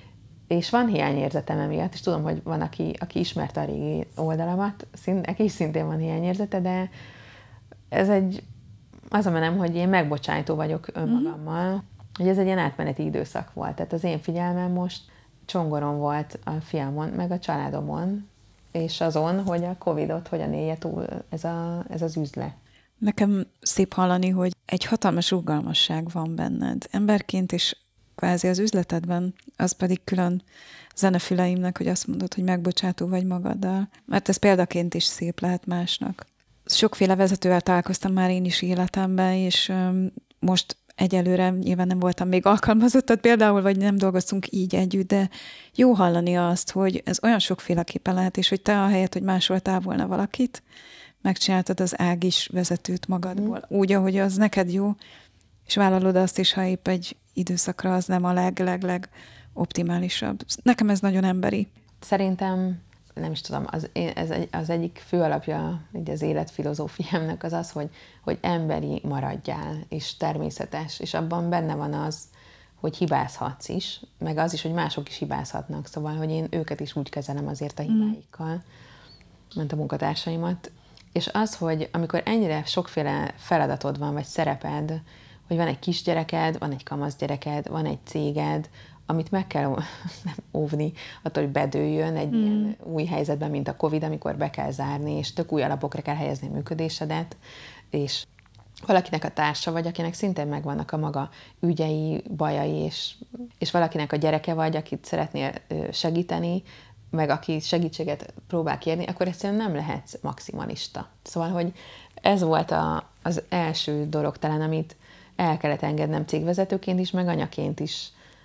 És van hiányérzetem emiatt, és tudom, hogy van, aki, aki ismerte a régi oldalamat, szint, neki is szintén van hiányérzete, de ez egy, az a menem, hogy én megbocsájtó vagyok önmagammal, mm-hmm. hogy ez egy ilyen átmeneti időszak volt. Tehát az én figyelmem most csongoron volt a fiamon, meg a családomon, és azon, hogy a Covidot hogyan élje túl ez, a, ez az üzlet. Nekem szép hallani, hogy egy hatalmas rugalmasság van benned. Emberként is kvázi az üzletedben, az pedig külön zenefüleimnek, hogy azt mondod, hogy megbocsátó vagy magaddal. Mert ez példaként is szép lehet másnak. Sokféle vezetővel találkoztam már én is életemben, és most egyelőre nyilván nem voltam még alkalmazottad például, vagy nem dolgoztunk így együtt, de jó hallani azt, hogy ez olyan sokféleképpen lehet, és hogy te ahelyett, hogy máshol távolna valakit, megcsináltad az Ágis vezetőt magadból. Mm. Úgy, ahogy az neked jó, és vállalod azt is, ha épp egy időszakra az nem a leg-leg-leg optimálisabb. Nekem ez nagyon emberi. Szerintem, nem is tudom, az, ez egy, az egyik fő alapja az életfilozófiámnak az az, hogy, hogy emberi maradjál, és természetes, és abban benne van az, hogy hibázhatsz is, meg az is, hogy mások is hibázhatnak, szóval, hogy én őket is úgy kezelem azért a hibáikkal, mm. mint a munkatársaimat. És az, hogy amikor ennyire sokféle feladatod van, vagy szereped, hogy van egy kisgyereked, van egy kamaszgyereked, van egy céged, amit meg kell óvni attól, hogy bedőljön egy mm. ilyen új helyzetben, mint a Covid, amikor be kell zárni, és tök új alapokra kell helyezni a működésedet, és valakinek a társa vagy, akinek szintén megvannak a maga ügyei, bajai, és, és valakinek a gyereke vagy, akit szeretnél segíteni, meg aki segítséget próbál kérni, akkor egyszerűen nem lehetsz maximalista. Szóval, hogy ez volt a, az első dolog talán, amit el kellett engednem cégvezetőként is, meg anyaként is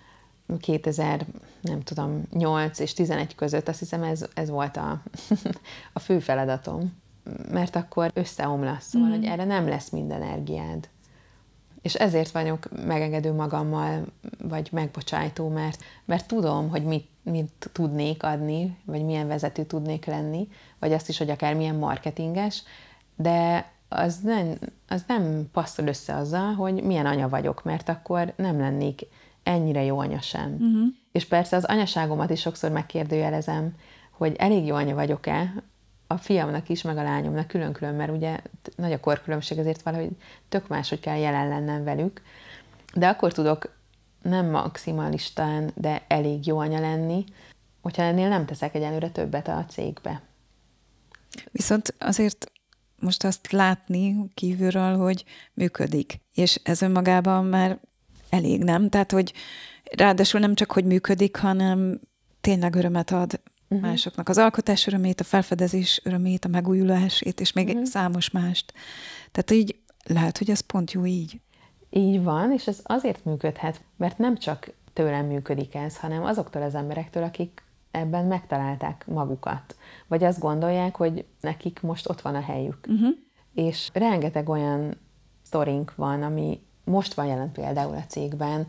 kétezer, nem tudom, nyolc és tizenegy között, azt hiszem ez, ez volt a, a fő feladatom. Mert akkor összeomlasz, szóval, mm. hogy erre nem lesz mind energiád. És ezért vagyok megengedő magammal, vagy megbocsájtó, mert, mert tudom, hogy mit, mit tudnék adni, vagy milyen vezető tudnék lenni, vagy azt is, hogy akár milyen marketinges, de az nem, az nem passzol össze azzal, hogy milyen anya vagyok, mert akkor nem lennék ennyire jó anya sem. Uh-huh. És persze az anyaságomat is sokszor megkérdőjelezem, hogy elég jó anya vagyok-e, a fiamnak is, meg a lányomnak külön-külön, mert ugye nagy a korkülönbség, ezért valahogy tök máshogy kell jelen lennem velük. De akkor tudok nem maximalistán, de elég jó anya lenni, hogyha ennél nem teszek egyelőre többet a cégbe. Viszont azért most azt látni kívülről, hogy működik. És ez önmagában már elég, nem? Tehát, hogy ráadásul nem csak, hogy működik, hanem tényleg örömet ad uh-huh. másoknak. Az alkotás örömét, a felfedezés örömét, a megújulásét, és még uh-huh. számos mást. Tehát így lehet, hogy ez pont jó így. Így van, és ez azért működhet, mert nem csak tőlem működik ez, hanem azoktól az emberektől, akik ebben megtalálták magukat. Vagy azt gondolják, hogy nekik most ott van a helyük. Uh-huh. És rengeteg olyan sztorink van, ami most van jelen például a cégben.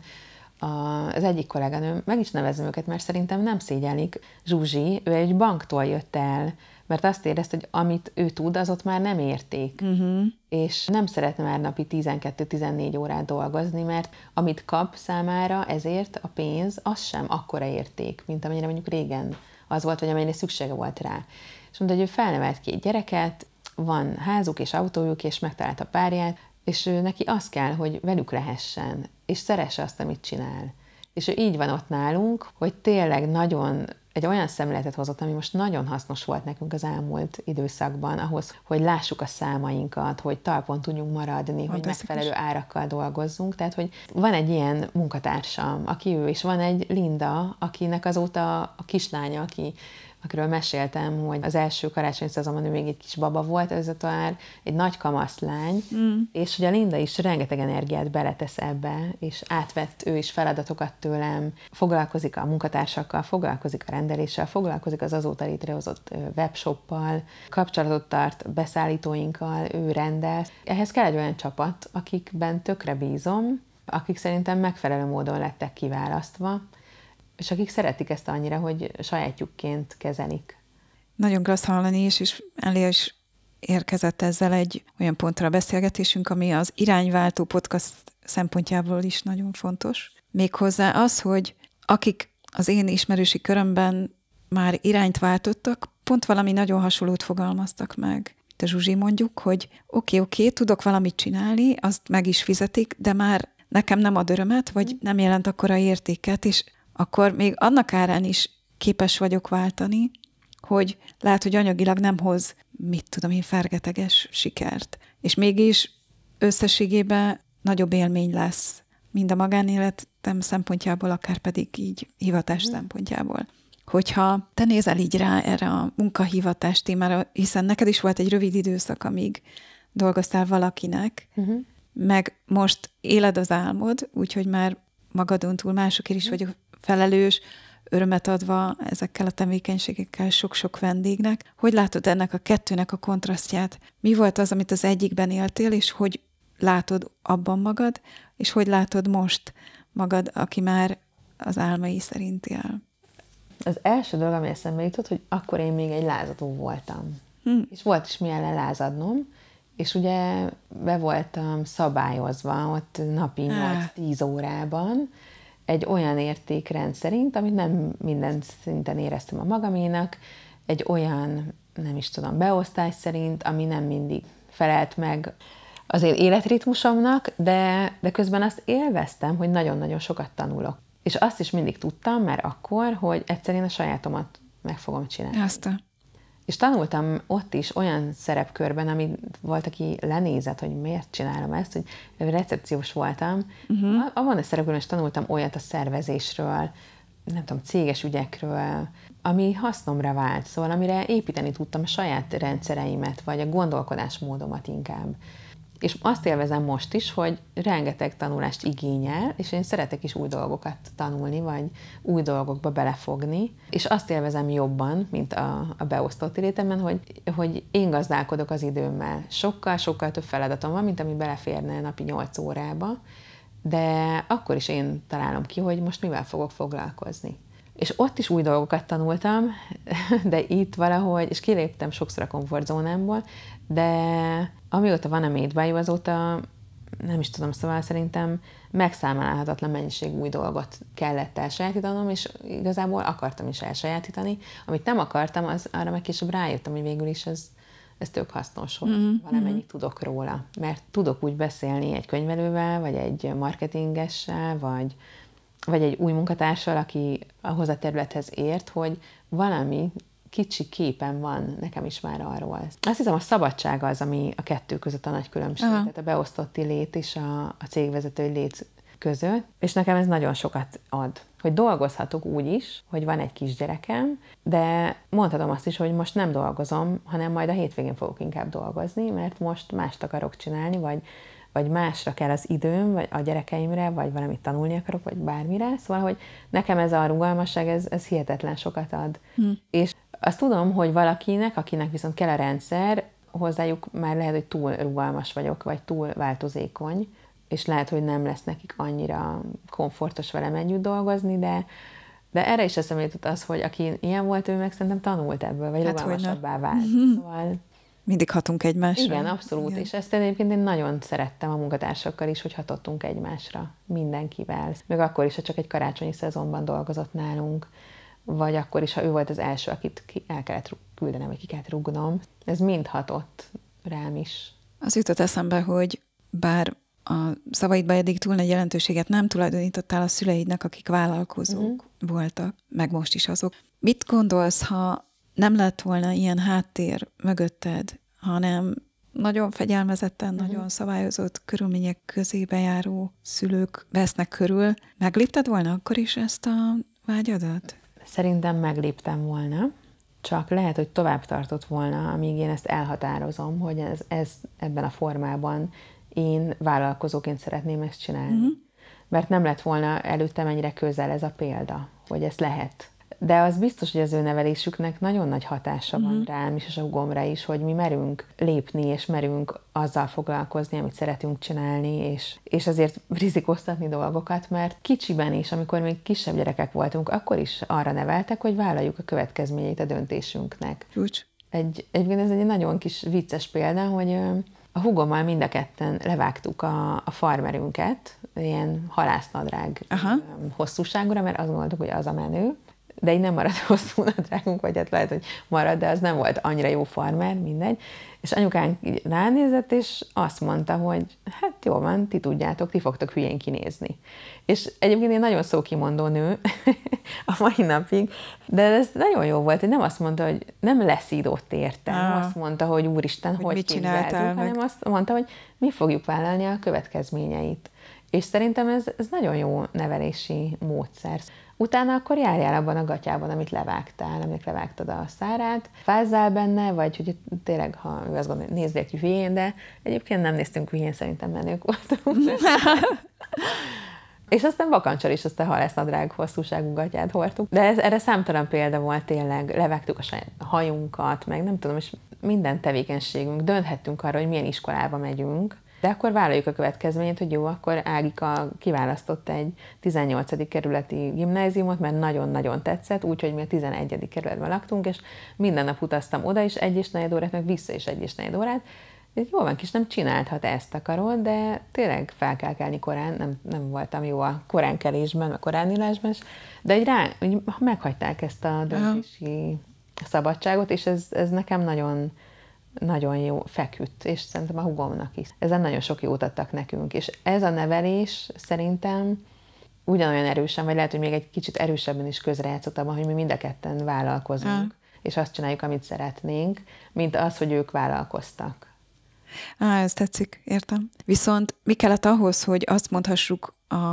Az egyik kolléganőm, meg is nevezem őket, mert szerintem nem szégyellik, Zsuzsi, ő egy banktól jött el, mert azt érezte, hogy amit ő tud, az ott már nem érték. Uh-huh. És nem szeretne már napi tizenkettő-tizennégy órát dolgozni, mert amit kap számára ezért a pénz, az sem akkora érték, mint amennyire mondjuk régen az volt, vagy amennyire szüksége volt rá. És mondta, hogy ő felnevelt két gyereket, van házuk és autójuk, és megtalálta a párját, és ő neki az kell, hogy velük lehessen, és szeresse azt, amit csinál. És ő így van ott nálunk, hogy tényleg nagyon egy olyan szemléletet hozott, ami most nagyon hasznos volt nekünk az elmúlt időszakban, ahhoz, hogy lássuk a számainkat, hogy talpon tudjunk maradni, hogy megfelelő árakkal dolgozzunk. Tehát, hogy van egy ilyen munkatársam, aki ő, és van egy Linda, akinek azóta a kislánya, aki akiről meséltem, hogy az első karácsonyi szezonban ő még egy kis baba volt, ez talán egy nagy kamaszlány, mm. és hogy a Linda is rengeteg energiát beletesz ebbe, és átvett ő is feladatokat tőlem, foglalkozik a munkatársakkal, foglalkozik a rendeléssel, foglalkozik az azóta létrehozott webshoppal, kapcsolatot tart beszállítóinkkal, ő rendel. Ehhez kell egy olyan csapat, akikben tökre bízom, akik szerintem megfelelő módon lettek kiválasztva, és akik szeretik ezt annyira, hogy sajátjukként kezelik. Nagyon klassz hallani, és, és elé is érkezett ezzel egy olyan pontra a beszélgetésünk, ami az irányváltó podcast szempontjából is nagyon fontos. Méghozzá az, hogy akik az én ismerősi körömben már irányt váltottak, pont valami nagyon hasonlót fogalmaztak meg. Te Zsuzsi mondjuk, hogy oké, okay, oké, okay, tudok valamit csinálni, azt meg is fizetik, de már nekem nem ad örömet, vagy nem jelent akkora értéket, és akkor még annak árán is képes vagyok váltani, hogy lehet, hogy anyagilag nem hoz, mit tudom én, fergeteges sikert. És mégis összességében nagyobb élmény lesz, mind a magánéletem szempontjából, akár pedig így hivatás mm. szempontjából. Hogyha te nézel így rá erre a munkahivatás témára, hiszen neked is volt egy rövid időszak, amíg dolgoztál valakinek, uh-huh. meg most éled az álmod, úgyhogy már magadon túl másokért is vagyok felelős, örömet adva ezekkel a tevékenységekkel sok-sok vendégnek. Hogy látod ennek a kettőnek a kontrasztját? Mi volt az, amit az egyikben éltél, és hogy látod abban magad, és hogy látod most magad, aki már az álmai szerint él? Az első dolog, ami eszembe jutott, hogy akkor én még egy lázadó voltam. Hmm. És volt is milyen lelázadnom, és ugye be voltam szabályozva ott napi nyolc-tíz órában, egy olyan értékrend szerint, amit nem minden szinten éreztem a magaménak, egy olyan, nem is tudom, beosztás szerint, ami nem mindig felelt meg az én életritmusomnak, de, de közben azt élveztem, hogy nagyon-nagyon sokat tanulok. És azt is mindig tudtam már akkor, hogy egyszerűen a sajátomat meg fogom csinálni. Aztán. És tanultam ott is olyan szerepkörben, ami volt, aki lenézett, hogy miért csinálom ezt, hogy recepciós voltam. Uh-huh. Abban a szerepkörben is tanultam olyat a szervezésről, nem tudom, céges ügyekről, ami hasznomra vált, szóval amire építeni tudtam a saját rendszereimet, vagy a gondolkodásmódomat inkább. És azt élvezem most is, hogy rengeteg tanulást igényel, és én szeretek is új dolgokat tanulni, vagy új dolgokba belefogni, és azt élvezem jobban, mint a, a beosztott létemben, hogy, hogy én gazdálkodok az időmmel. Sokkal-sokkal több feladatom van, mint ami beleférne napi nyolc órába, de akkor is én találom ki, hogy most mivel fogok foglalkozni. És ott is új dolgokat tanultam, de itt valahogy, és kiléptem sokszor a komfortzónámból, de amióta van a Made by You, azóta nem is tudom, szóval szerintem megszámlálhatatlan mennyiség új dolgot kellett elsajátítanom, és igazából akartam is elsajátítani. Amit nem akartam, az arra meg később rájöttem, hogy végül is ez, ez tök hasznos, hogy mm-hmm. valamennyit tudok róla. Mert tudok úgy beszélni egy könyvelővel, vagy egy marketingessel, vagy vagy egy új munkatársal, aki ahhoz a területhez ért, hogy valami kicsi képen van nekem is már arról. Azt hiszem, a szabadság az, ami a kettő között a nagy különbség. Aha. Tehát a beosztotti lét és a, a cégvezetői lét között. És nekem ez nagyon sokat ad. Hogy dolgozhatok úgy is, hogy van egy kisgyerekem, de mondhatom azt is, hogy most nem dolgozom, hanem majd a hétvégén fogok inkább dolgozni, mert most mást akarok csinálni, vagy vagy másra kell az időm, vagy a gyerekeimre, vagy valamit tanulni akarok, vagy bármire. Szóval, hogy nekem ez a rugalmasság, ez, ez hihetetlen sokat ad. Hmm. És azt tudom, hogy valakinek, akinek viszont kell a rendszer, hozzájuk már lehet, hogy túl rugalmas vagyok, vagy túl változékony, és lehet, hogy nem lesz nekik annyira komfortos velem együtt dolgozni, de, de erre is eszembe jutott az, hogy aki ilyen volt, ő meg szerintem tanult ebből, vagy hát rugalmasabbá vált. Hmm. Szóval mindig hatunk egymásra. Igen, abszolút. Igen. És ezt egyébként én nagyon szerettem a munkatársakkal is, hogy hatottunk egymásra. Mindenkivel. Még akkor is, ha csak egy karácsonyi szezonban dolgozott nálunk, vagy akkor is, ha ő volt az első, akit el kellett küldenem, vagy ki kellett rúgnom. Ez mind hatott rám is. Az jutott eszembe, hogy bár a szavaidban eddig túl nagy jelentőséget nem tulajdonítottál a szüleidnek, akik vállalkozók mm. voltak, meg most is azok. Mit gondolsz, ha nem lett volna ilyen háttér mögötted, hanem nagyon fegyelmezetten, uh-huh. nagyon szabályozott körülmények közébe járó szülők vesznek körül. Meglépted volna akkor is ezt a vágyadat? Szerintem megléptem volna, csak lehet, hogy tovább tartott volna, amíg én ezt elhatározom, hogy ez, ez ebben a formában én vállalkozóként szeretném ezt csinálni. Uh-huh. Mert nem lett volna előttem ennyire közel ez a példa, hogy ezt lehet. De az biztos, hogy az ő nevelésüknek nagyon nagy hatása van mm. rám is, és a hugomra is, hogy mi merünk lépni, és merünk azzal foglalkozni, amit szeretünk csinálni, és, és azért rizikóztatni dolgokat, mert kicsiben is, amikor még kisebb gyerekek voltunk, akkor is arra neveltek, hogy vállaljuk a következményeit a döntésünknek. Úgy. Egy, egyébként ez egy nagyon kis vicces példa, hogy a hugommal mind a ketten levágtuk a, a farmerünket, ilyen halásznadrág Aha. hosszúságúra, mert azt gondoltuk, hogy az a menő. De így nem maradt hosszú nadrágunk, vagy hát lehet, hogy marad, de az nem volt annyira jó farmer, mindegy. És anyukánk így ránézett, és azt mondta, hogy hát jó van, ti tudjátok, ti fogtok hülyén kinézni. És egyébként egy nagyon szókimondó nő a mai napig, de ez nagyon jó volt, hogy nem azt mondta, hogy nem leszídott érte, ah. azt mondta, hogy úristen, hogy, hogy képzeltük, hanem azt mondta, hogy mi fogjuk vállalni a következményeit. És szerintem ez, ez nagyon jó nevelési módszer. Utána akkor járjál abban a gatyában, amit levágtál, aminek levágtad a szárát. Fázzál benne, vagy hogy tényleg, ha ő azt gondolja, nézzél ki hülyén, de egyébként nem néztünk hülyén, szerintem menők voltunk. És aztán vakancsal is azt a halásznadrág hosszúságú gatyát hordtuk. De ez, erre számtalan példa volt tényleg. Levágtuk a saját hajunkat, meg nem tudom, és minden tevékenységünk. Dönthettünk arra, hogy milyen iskolába megyünk. De akkor vállaljuk a következményt, hogy jó, akkor Ágika kiválasztott egy tizennyolcadik kerületi gimnáziumot, mert nagyon-nagyon tetszett, úgyhogy mi a tizenegyedik kerületben laktunk, és minden nap utaztam oda is egy és negyed órát, meg vissza is egy és negyed órát. Jól van, kis nem csinálhat ezt akarod, de tényleg fel kell kelni korán, nem, nem voltam jó a koránkelésben, a koránilásban, de egy rá, így meghagyták ezt a döntési szabadságot, és ez, ez nekem nagyon nagyon jó feküdt, és szerintem a hugomnak is. Ezen nagyon sok jót adtak nekünk, és ez a nevelés szerintem ugyanolyan erősen, vagy lehet, hogy még egy kicsit erősebben is közrejátszott abban, hogy mi mind a ketten vállalkozunk, ah. és azt csináljuk, amit szeretnénk, mint az, hogy ők vállalkoztak. Á, ez tetszik, értem. Viszont mi kellett ahhoz, hogy azt mondhassuk a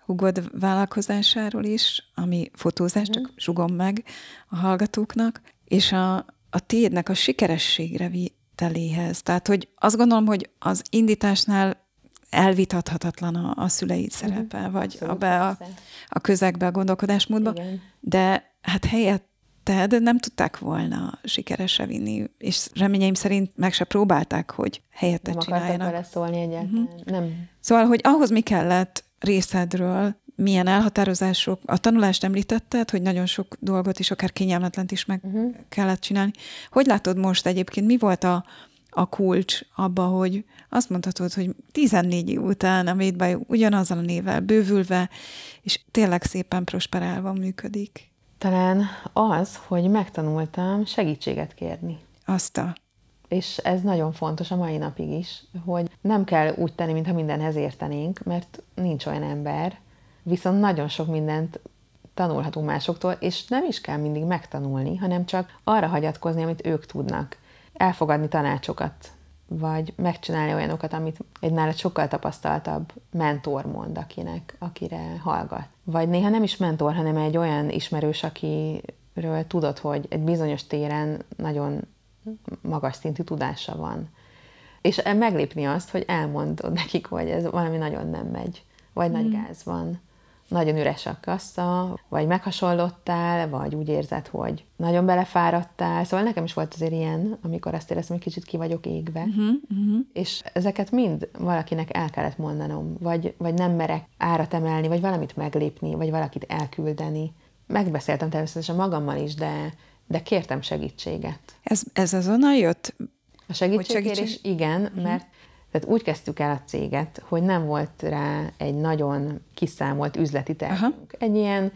húgod vállalkozásáról is, ami fotózás, csak sugom meg a hallgatóknak, és a, a tiédnek a sikerességre viteléhez. Tehát, hogy azt gondolom, hogy az indításnál elvitathatatlan a, a szüleid szerepe, uh-huh. vagy a, be a, a közegbe, a gondolkodásmódba, igen. De hát helyetted nem tudták volna sikeresre vinni, és reményeim szerint meg se próbálták, hogy helyetted nem csináljanak. Nem akartak vele szólni egyáltalán. Uh-huh. Nem. Szóval, hogy ahhoz mi kellett részedről, milyen elhatározások, a tanulást említetted, hogy nagyon sok dolgot is, akár kényelmetlent is meg uh-huh. kellett csinálni. Hogy látod most egyébként, mi volt a, a kulcs abba, hogy azt mondhatod, hogy tizennégy év után a Made by ugyanazzal a névvel bővülve, és tényleg szépen prosperálva működik? Talán az, hogy megtanultam segítséget kérni. Azt a... És ez nagyon fontos a mai napig is, hogy nem kell úgy tenni, mintha mindenhez értenénk, mert nincs olyan ember, viszont nagyon sok mindent tanulhatunk másoktól, és nem is kell mindig megtanulni, hanem csak arra hagyatkozni, amit ők tudnak. Elfogadni tanácsokat, vagy megcsinálni olyanokat, amit egy nálad sokkal tapasztaltabb mentor mond, akinek, akire hallgat. Vagy néha nem is mentor, hanem egy olyan ismerős, akiről tudod, hogy egy bizonyos téren nagyon magas szintű tudása van. És meglépni azt, hogy elmondod nekik, hogy ez valami nagyon nem megy, vagy mm. nagy gáz van, nagyon üres a kassa, vagy meghasonlottál, vagy úgy érzed, hogy nagyon belefáradtál. Szóval nekem is volt azért ilyen, amikor azt éreztem, hogy kicsit ki vagyok égve. Uh-huh, uh-huh. És ezeket mind valakinek el kellett mondanom, vagy, vagy nem merek árat emelni, vagy valamit meglépni, vagy valakit elküldeni. Megbeszéltem természetesen magammal is, de, de kértem segítséget. Ez, ez azonnal jött? A segítségkérés igen, uh-huh. mert tehát úgy kezdtük el a céget, hogy nem volt rá egy nagyon kiszámolt üzleti tervünk. Aha. Egy ilyen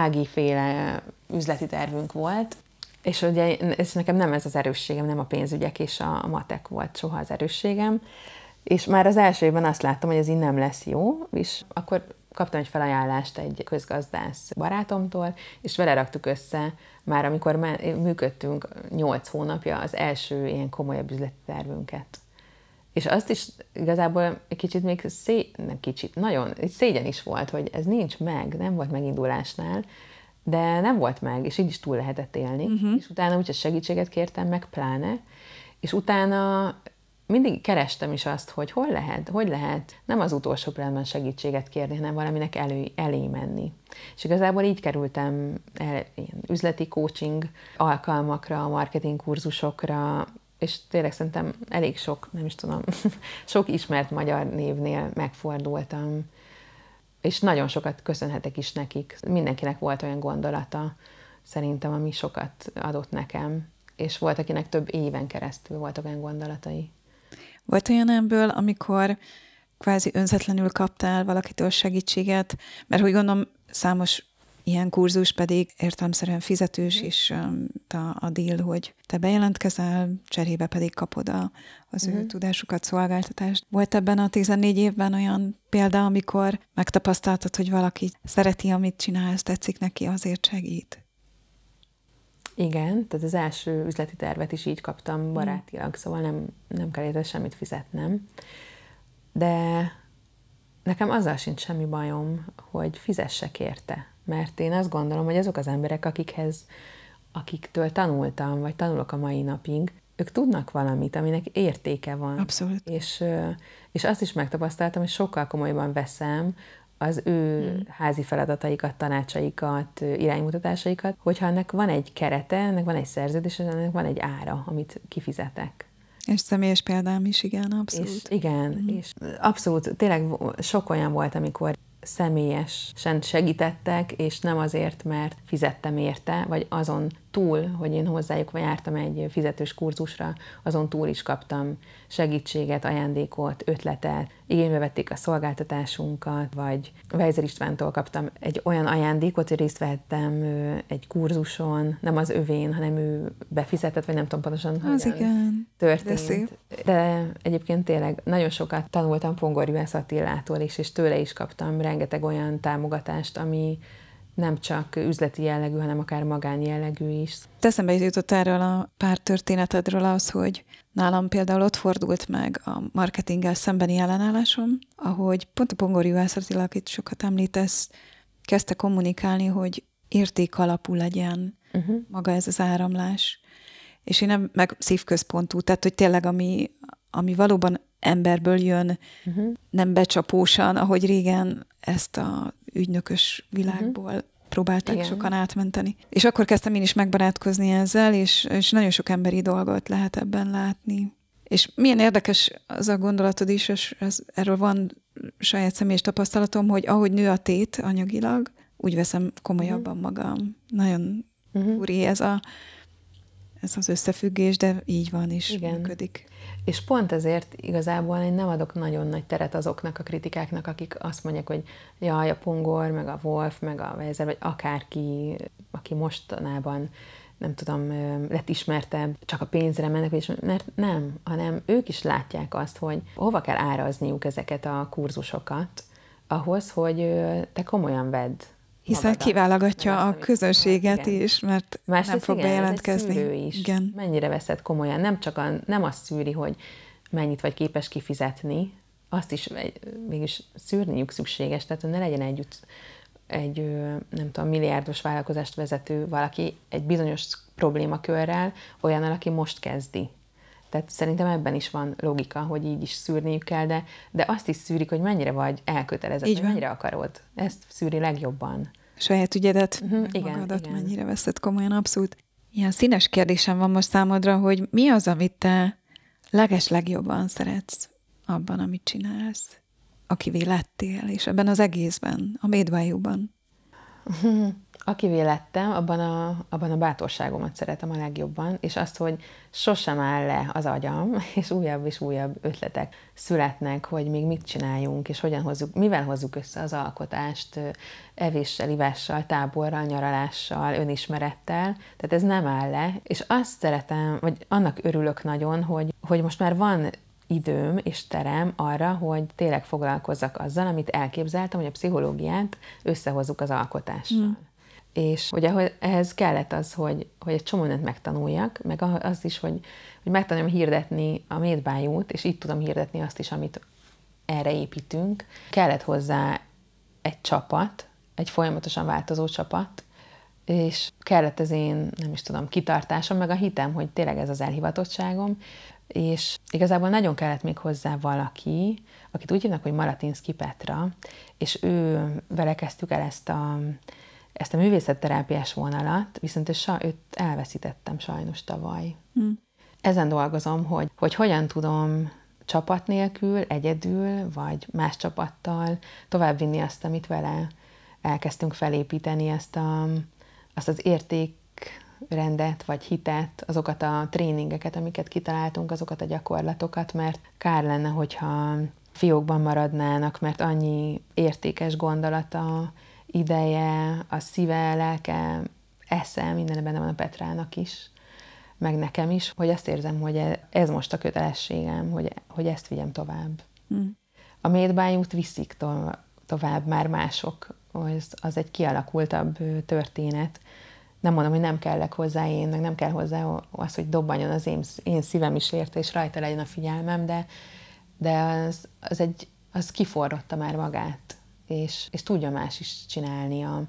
ágiféle üzleti tervünk volt, és ugye ez nekem nem ez az erősségem, nem a pénzügyek és a matek volt soha az erősségem, és már az első évben azt láttam, hogy ez így nem lesz jó, és akkor kaptam egy felajánlást egy közgazdász barátomtól, és vele raktuk össze, már amikor működtünk nyolc hónapja, az első ilyen komolyabb üzleti tervünket. És azt is igazából egy kicsit még szé... nem kicsit, nagyon egy szégyen is volt, hogy ez nincs meg, nem volt megindulásnál, de nem volt meg, és így is túl lehetett élni. Uh-huh. És utána úgyhogy segítséget kértem meg, pláne, és utána mindig kerestem is azt, hogy hol lehet, hogy lehet nem az utolsó pillanatban segítséget kérni, hanem valaminek elő, elé menni. És igazából így kerültem el ilyen üzleti coaching alkalmakra, marketing kurzusokra, és tényleg szerintem elég sok, nem is tudom, sok ismert magyar névnél megfordultam, és nagyon sokat köszönhetek is nekik. Mindenkinek volt olyan gondolata, szerintem, ami sokat adott nekem, és volt, akinek több éven keresztül voltak olyan gondolatai. Volt olyan ebből, amikor kvázi önzetlenül kaptál valakitől segítséget, mert úgy gondolom számos ilyen kurzus pedig értelemszerűen fizetős, és um, a, a deal, hogy te bejelentkezel, cserébe pedig kapod a, az uh-huh. ő tudásukat, szolgáltatást. Volt ebben a tizennégy évben olyan példa, amikor megtapasztaltad, hogy valaki szereti, amit csinálsz, tetszik neki, azért segít? Igen, tehát az első üzleti tervet is így kaptam barátilag, szóval nem, nem kell érte semmit fizetnem. De nekem azzal sincs semmi bajom, hogy fizessek érte. Mert én azt gondolom, hogy azok az emberek, akikhez, akiktől tanultam, vagy tanulok a mai napig, ők tudnak valamit, aminek értéke van. Abszolút. És, és azt is megtapasztaltam, hogy sokkal komolyabban veszem az ő hmm. házi feladataikat, tanácsaikat, iránymutatásaikat, hogyha ennek van egy kerete, ennek van egy szerződés, és ennek van egy ára, amit kifizetek. És személyes példám is, igen, abszolút. És igen, hmm. és abszolút, tényleg sok olyan volt, amikor személyesen segítettek, és nem azért, mert fizettem érte, vagy azon túl, hogy én hozzájuk jártam egy fizetős kurzusra, azon túl is kaptam segítséget, ajándékot, ötletet, igénybe vették a szolgáltatásunkat, vagy Weiser Istvántól kaptam egy olyan ajándékot, hogy részt vehettem egy kurzuson, nem az övén, hanem ő befizetett, vagy nem tudom pontosan, az igen. történt. De, De egyébként tényleg nagyon sokat tanultam Pongor Juhász Attilától is, és tőle is kaptam rengeteg olyan támogatást, ami nem csak üzleti jellegű, hanem akár magánjellegű is. Eszembe jutott erről a pár történetedről az, hogy nálam például ott fordult meg a marketinggel szembeni ellenállásom, ahogy pont a pongorjuhászatilag, akit sokat említesz, kezdte kommunikálni, hogy értékalapú legyen uh-huh. maga ez az áramlás. És én nem, meg szívközpontú, tehát hogy tényleg ami, ami valóban emberből jön, uh-huh. nem becsapósan, ahogy régen ezt a ügynökös világból uh-huh. próbálták Igen. sokan átmenteni. És akkor kezdtem én is megbarátkozni ezzel, és, és nagyon sok emberi dolgot lehet ebben látni. És milyen érdekes az a gondolatod is, és ez, erről van saját személyes tapasztalatom, hogy ahogy nő a tét anyagilag, úgy veszem komolyabban uh-huh. magam. Nagyon uh-huh. úri ez, a, ez az összefüggés, de így van is, Igen. működik. És pont ezért igazából én nem adok nagyon nagy teret azoknak a kritikáknak, akik azt mondják, hogy jaj, a Pongor, meg a Wolf, meg a Weiser, vagy akárki, aki mostanában, nem tudom, lett ismertebb, csak a pénzre mennek, és mert nem, hanem ők is látják azt, hogy hova kell árazniuk ezeket a kurzusokat, ahhoz, hogy te komolyan vedd. Hiszen magadat, kiválogatja a közönséget igen. is, mert Másrészt nem fog igen, bejelentkezni. Ez egy szűrő is. Igen. Mennyire veszed komolyan. Nem csak a, nem azt szűri, hogy mennyit vagy képes kifizetni, azt is mégis szűrniük szükséges, tehát ne legyen egy, egy nem tudom, milliárdos vállalkozást vezető valaki egy bizonyos problémakörrel, olyannal, aki most kezdi. Tehát szerintem ebben is van logika, hogy így is szűrniük kell, de, de azt is szűrik, hogy mennyire vagy elkötelezett, hogy mennyire akarod. Ezt szűri legjobban. Saját ügyedet, uh-huh, igen, magadat igen. mennyire veszed komolyan, abszolút. Ilyen színes kérdésem van most számodra, hogy mi az, amit te leges legjobban szeretsz abban, amit csinálsz, akivé lettél, és ebben az egészben, a Made by You-ban? Akivé lettem, abban a, abban a bátorságomat szeretem a legjobban, és azt, hogy sosem áll le az agyam, és újabb és újabb ötletek születnek, hogy még mit csináljunk, és hogyan hozzuk, mivel hozzuk össze az alkotást, evéssel, ivással, táborral, nyaralással, önismerettel, tehát ez nem áll le, és azt szeretem, vagy annak örülök nagyon, hogy, hogy most már van időm és terem arra, hogy tényleg foglalkozzak azzal, amit elképzeltem, hogy a pszichológiát összehozzuk az alkotással. Hmm. És ugye ehhez kellett az, hogy, hogy egy csomó mindent megtanuljak, meg az is, hogy, hogy megtanuljam hirdetni a Made by You-t, és így tudom hirdetni azt is, amit erre építünk. Kellett hozzá egy csapat, egy folyamatosan változó csapat, és kellett az én, nem is tudom, kitartásom, meg a hitem, hogy tényleg ez az elhivatottságom, és igazából nagyon kellett még hozzá valaki, akit úgy hívnak, hogy Malatinszky Petra, és ő vele kezdtük el ezt a ezt a művészetterápiás vonalat, viszont őt elveszítettem sajnos tavaly. Hmm. Ezen dolgozom, hogy, hogy hogyan tudom csapat nélkül, egyedül, vagy más csapattal továbbvinni azt, amit vele elkezdtünk felépíteni, ezt a, azt az értékrendet, vagy hitet, azokat a tréningeket, amiket kitaláltunk, azokat a gyakorlatokat, mert kár lenne, hogyha fiókban maradnának, mert annyi értékes gondolata, ideje, a szíve, lelke, esze, minden benne van a Petrának is, meg nekem is, hogy azt érzem, hogy ez most a kötelességem, hogy, hogy ezt vigyem tovább. Hmm. A Made by You-t viszik to- tovább már mások, az, az egy kialakultabb történet. Nem mondom, hogy nem kellek hozzá én, meg nem kell hozzá az, hogy dobbanjon az én, én szívem is érte, és rajta legyen a figyelmem, de, de az, az, egy, az kiforrotta már magát. És, és tudja más is csinálni a,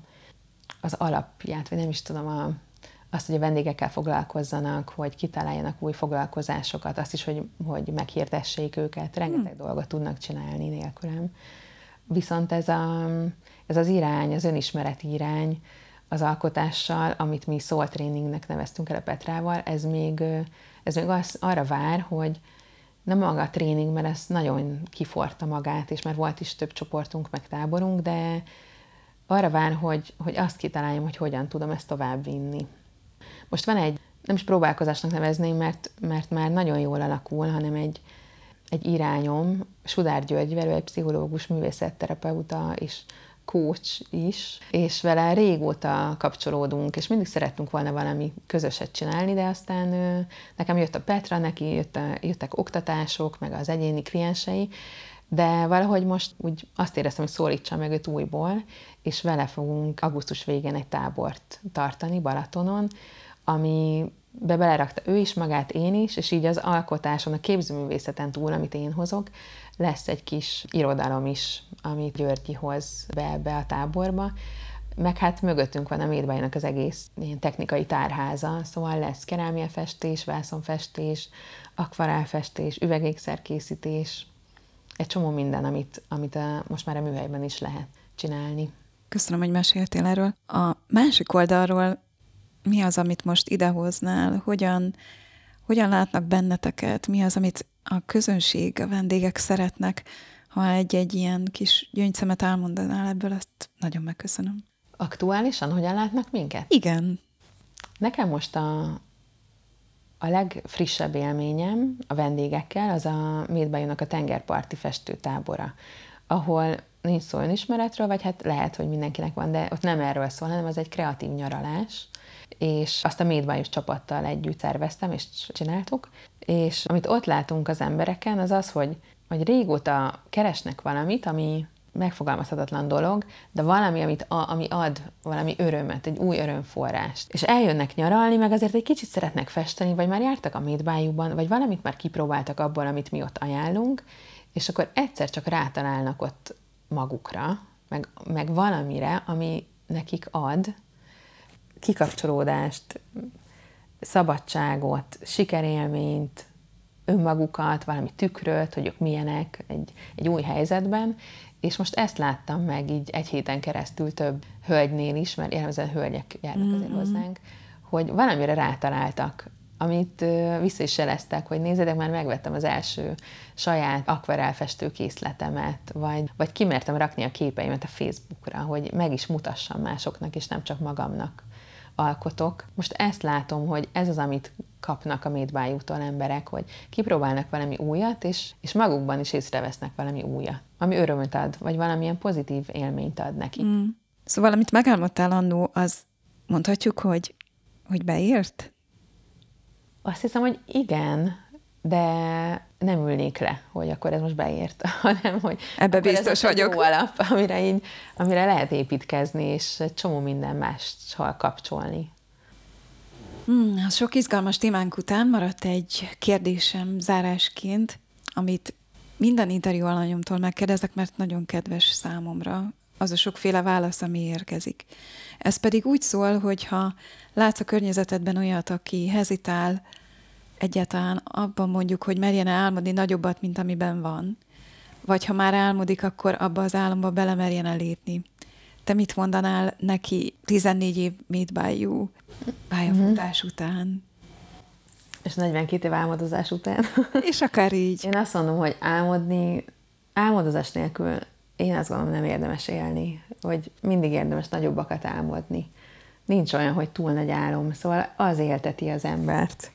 az alapját, vagy nem is tudom, a, azt, hogy a vendégekkel foglalkozzanak, hogy kitaláljanak új foglalkozásokat, azt is, hogy, hogy meghirdessék őket, rengeteg hmm. dolgot tudnak csinálni nélkülem. Viszont ez, a, ez az irány, az önismereti irány az alkotással, amit mi soul trainingnek neveztünk el a Petrával, ez még, ez még az, arra vár, hogy nem maga a tréning, mert ez nagyon kiforta magát, és már volt is több csoportunk, meg táborunk, de arra vár, hogy, hogy azt kitaláljam, hogy hogyan tudom ezt tovább vinni. Most van egy, nem is próbálkozásnak nevezném, mert, mert már nagyon jól alakul, hanem egy, egy irányom, Sudár György, ő egy pszichológus, művészetterapeuta és coach is, és vele régóta kapcsolódunk, és mindig szerettünk volna valami közöset csinálni, de aztán nekem jött a Petra, neki jött a, jöttek oktatások, meg az egyéni kliensei, De valahogy most úgy azt éreztem, hogy szólítsam meg őt újból, és vele fogunk augusztus végén egy tábort tartani Balatonon, amibe belerakta ő is magát, én is, és így az alkotáson, a képzőművészeten túl, amit én hozok, lesz egy kis irodalom is, amit Györgyi hoz be ebbe a táborba, meg hát mögöttünk van a Médbájnak az egész ilyen technikai tárháza, szóval lesz kerámiafestés, vászonfestés, akvarálfestés, üvegékszerkészítés, egy csomó minden, amit, amit a, most már a műhelyben is lehet csinálni. Köszönöm, hogy meséltél erről. A másik oldalról mi az, amit most idehoznál? Hogyan, hogyan látnak benneteket? Mi az, amit a közönség, a vendégek szeretnek? Ha egy-egy ilyen kis gyöngyszemet elmondanál ebből, azt nagyon megköszönöm. Aktuálisan hogyan látnak minket? Igen. Nekem most a, a legfrissebb élményem a vendégekkel az a Médbájúnak a tengerparti festőtábora, ahol nincs szó önismeretről, vagy hát lehet, hogy mindenkinek van, de ott nem erről szól, hanem az egy kreatív nyaralás, és azt a Médbájús csapattal együtt szerveztem, és csináltuk, és amit ott látunk az embereken, az az, hogy, hogy régóta keresnek valamit, ami megfogalmazhatatlan dolog, de valami, amit a, ami ad valami örömet, egy új örömforrást. És eljönnek nyaralni, meg azért egy kicsit szeretnek festeni, vagy már jártak a Médbájúban, vagy valamit már kipróbáltak abból, amit mi ott ajánlunk, és akkor egyszer csak rátalálnak ott magukra, meg, meg valamire, ami nekik ad kikapcsolódást, szabadságot, sikerélményt, önmagukat, valami tükröt, hogy ők milyenek egy, egy új helyzetben, és most ezt láttam meg így egy héten keresztül több hölgynél is, mert jellemzően hölgyek járnak mm-hmm. azért hozzánk, hogy valamire rátaláltak, amit vissza is jeleztek, hogy nézzétek, már megvettem az első saját akvarelfestő készletemet, vagy, vagy kimertem rakni a képeimet a Facebookra, hogy meg is mutassam másoknak, és nem csak magamnak alkotok. Most ezt látom, hogy ez az, amit kapnak a Médbájútól emberek, hogy kipróbálnak valami újat, és, és magukban is észrevesznek valami újat, ami örömöt ad, vagy valamilyen pozitív élményt ad nekik. Mm. Szóval, amit megálmodtál annó, az mondhatjuk, hogy, hogy beért? Azt hiszem, hogy igen, de nem ülnék le, hogy akkor ez most beért, hanem hogy ebbe biztos ez vagyok. Jó alap, amire, így, amire lehet építkezni, és egy csomó minden mással kapcsolni. Hmm, a sok izgalmas témánk után maradt egy kérdésem zárásként, amit minden interjú alanyomtól megkérdezek, mert nagyon kedves számomra az a sokféle válasz, ami érkezik. Ez pedig úgy szól, hogy ha látsz a környezetedben olyat, aki hezitál, egyáltalán abban mondjuk, hogy merjen álmodni nagyobbat, mint amiben van, vagy ha már álmodik, akkor abba az álomba belemerjen lépni. Te mit mondanál neki tizennégy év Médbájú pályafutás mm-hmm. után? És negyvenkét év álmodozás után. És akár így. Én azt mondom, hogy álmodni, álmodozás nélkül én azt gondolom, nem érdemes élni, vagy mindig érdemes nagyobbakat álmodni. Nincs olyan, hogy túl nagy álom, szóval az élteti az embert.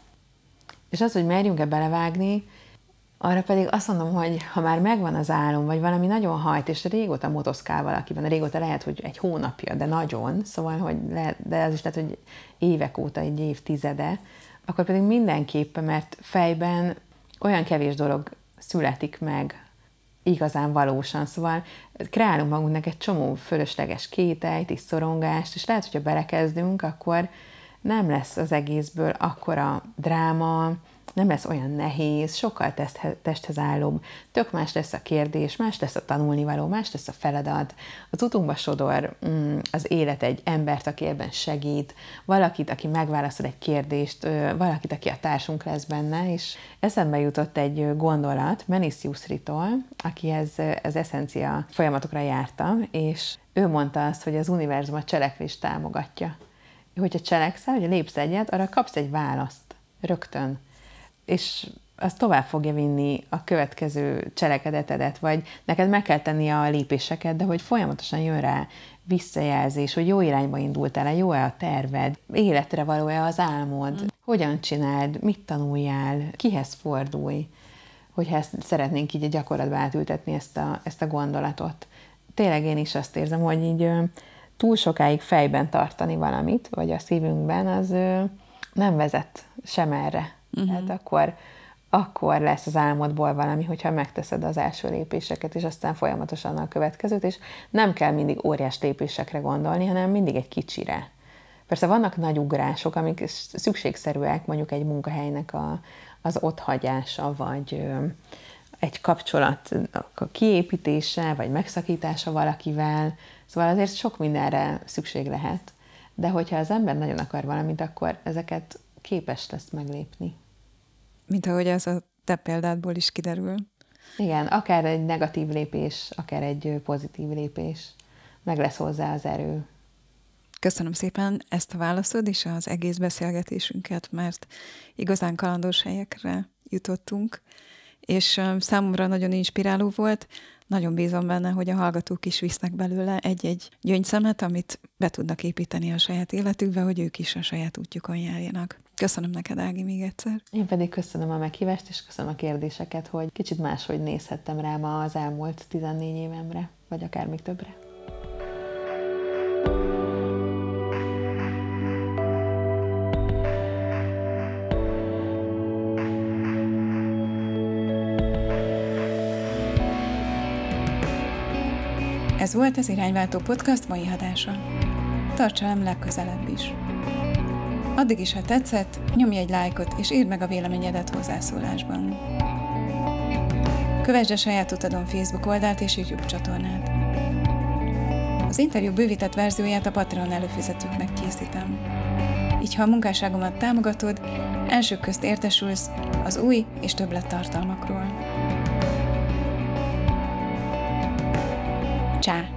És az, hogy merjünk-e belevágni, arra pedig azt mondom, hogy ha már megvan az álom, vagy valami nagyon hajt, és régóta motoszkál valakiben, régóta lehet, hogy egy hónapja, de nagyon, szóval, hogy lehet, de az is lehet, hogy évek óta, egy évtizede, akkor pedig mindenképpen, mert fejben olyan kevés dolog születik meg igazán valósan, szóval kreálunk magunknak egy csomó fölösleges kételyt és szorongást, és lehet, hogyha belekezdünk, akkor nem lesz az egészből akkora dráma, nem lesz olyan nehéz, sokkal testhez állóbb, tök más lesz a kérdés, más lesz a tanulnivaló, más lesz a feladat, az utunkba sodor mm, az élet egy embert, aki ebben segít, valakit, aki megválaszol egy kérdést, valakit, aki a társunk lesz benne, és eszembe jutott egy gondolat Menis Jusritól, aki ez, ez eszencia folyamatokra járta, és ő mondta azt, hogy az univerzum a cselekvést támogatja. Hogyha cselekszel, hogyha lépsz egyet, arra kapsz egy választ rögtön. És az tovább fogja vinni a következő cselekedetedet, vagy neked meg kell tenni a lépéseket, de hogy folyamatosan jön rá visszajelzés, hogy jó irányba indultál-e, jó-e a terved, életre való-e az álmod, mm. hogyan csináld, mit tanuljál, kihez fordulj, hogyha ezt szeretnénk így a gyakorlatba átültetni ezt a, ezt a gondolatot. Tényleg én is azt érzem, hogy így túl sokáig fejben tartani valamit, vagy a szívünkben, az nem vezet sem erre. Uh-huh. Tehát akkor akkor lesz az álmodból valami, hogyha megteszed az első lépéseket, és aztán folyamatosan a következőt, és nem kell mindig óriás lépésekre gondolni, hanem mindig egy kicsire. Persze vannak nagy ugrások, amik szükségszerűek, mondjuk egy munkahelynek a, az otthagyása, vagy egy kapcsolat a kiépítése, vagy megszakítása valakivel. Szóval azért sok mindenre szükség lehet. De hogyha az ember nagyon akar valamit, akkor ezeket képes lesz meglépni. Mint ahogy ez a te példádból is kiderül. Igen, akár egy negatív lépés, akár egy pozitív lépés. Meg lesz hozzá az erő. Köszönöm szépen ezt a válaszod és az egész beszélgetésünket, mert igazán kalandos helyekre jutottunk, és számomra nagyon inspiráló volt. Nagyon bízom benne, hogy a hallgatók is visznek belőle egy-egy gyöngyszemet, amit be tudnak építeni a saját életükbe, hogy ők is a saját útjukon járjanak. Köszönöm neked, Ági, még egyszer. Én pedig köszönöm a meghívást, és köszönöm a kérdéseket, hogy kicsit máshogy nézhettem rá ma az elmúlt tizennégy évemre, vagy akár még többre. Ez volt az Irányváltó Podcast mai adása. Tartsa velem legközelebb is. Addig is, ha tetszett, nyomj egy lájkot és írd meg a véleményedet hozzászólásban. Kövesd a Saját Utadon Facebook oldalt és YouTube csatornát. Az interjú bővített verzióját a Patreon előfizetőknek készítem. Így, ha a munkásságomat támogatod, elsők közt értesülsz az új és többlettartalmakról. Csá!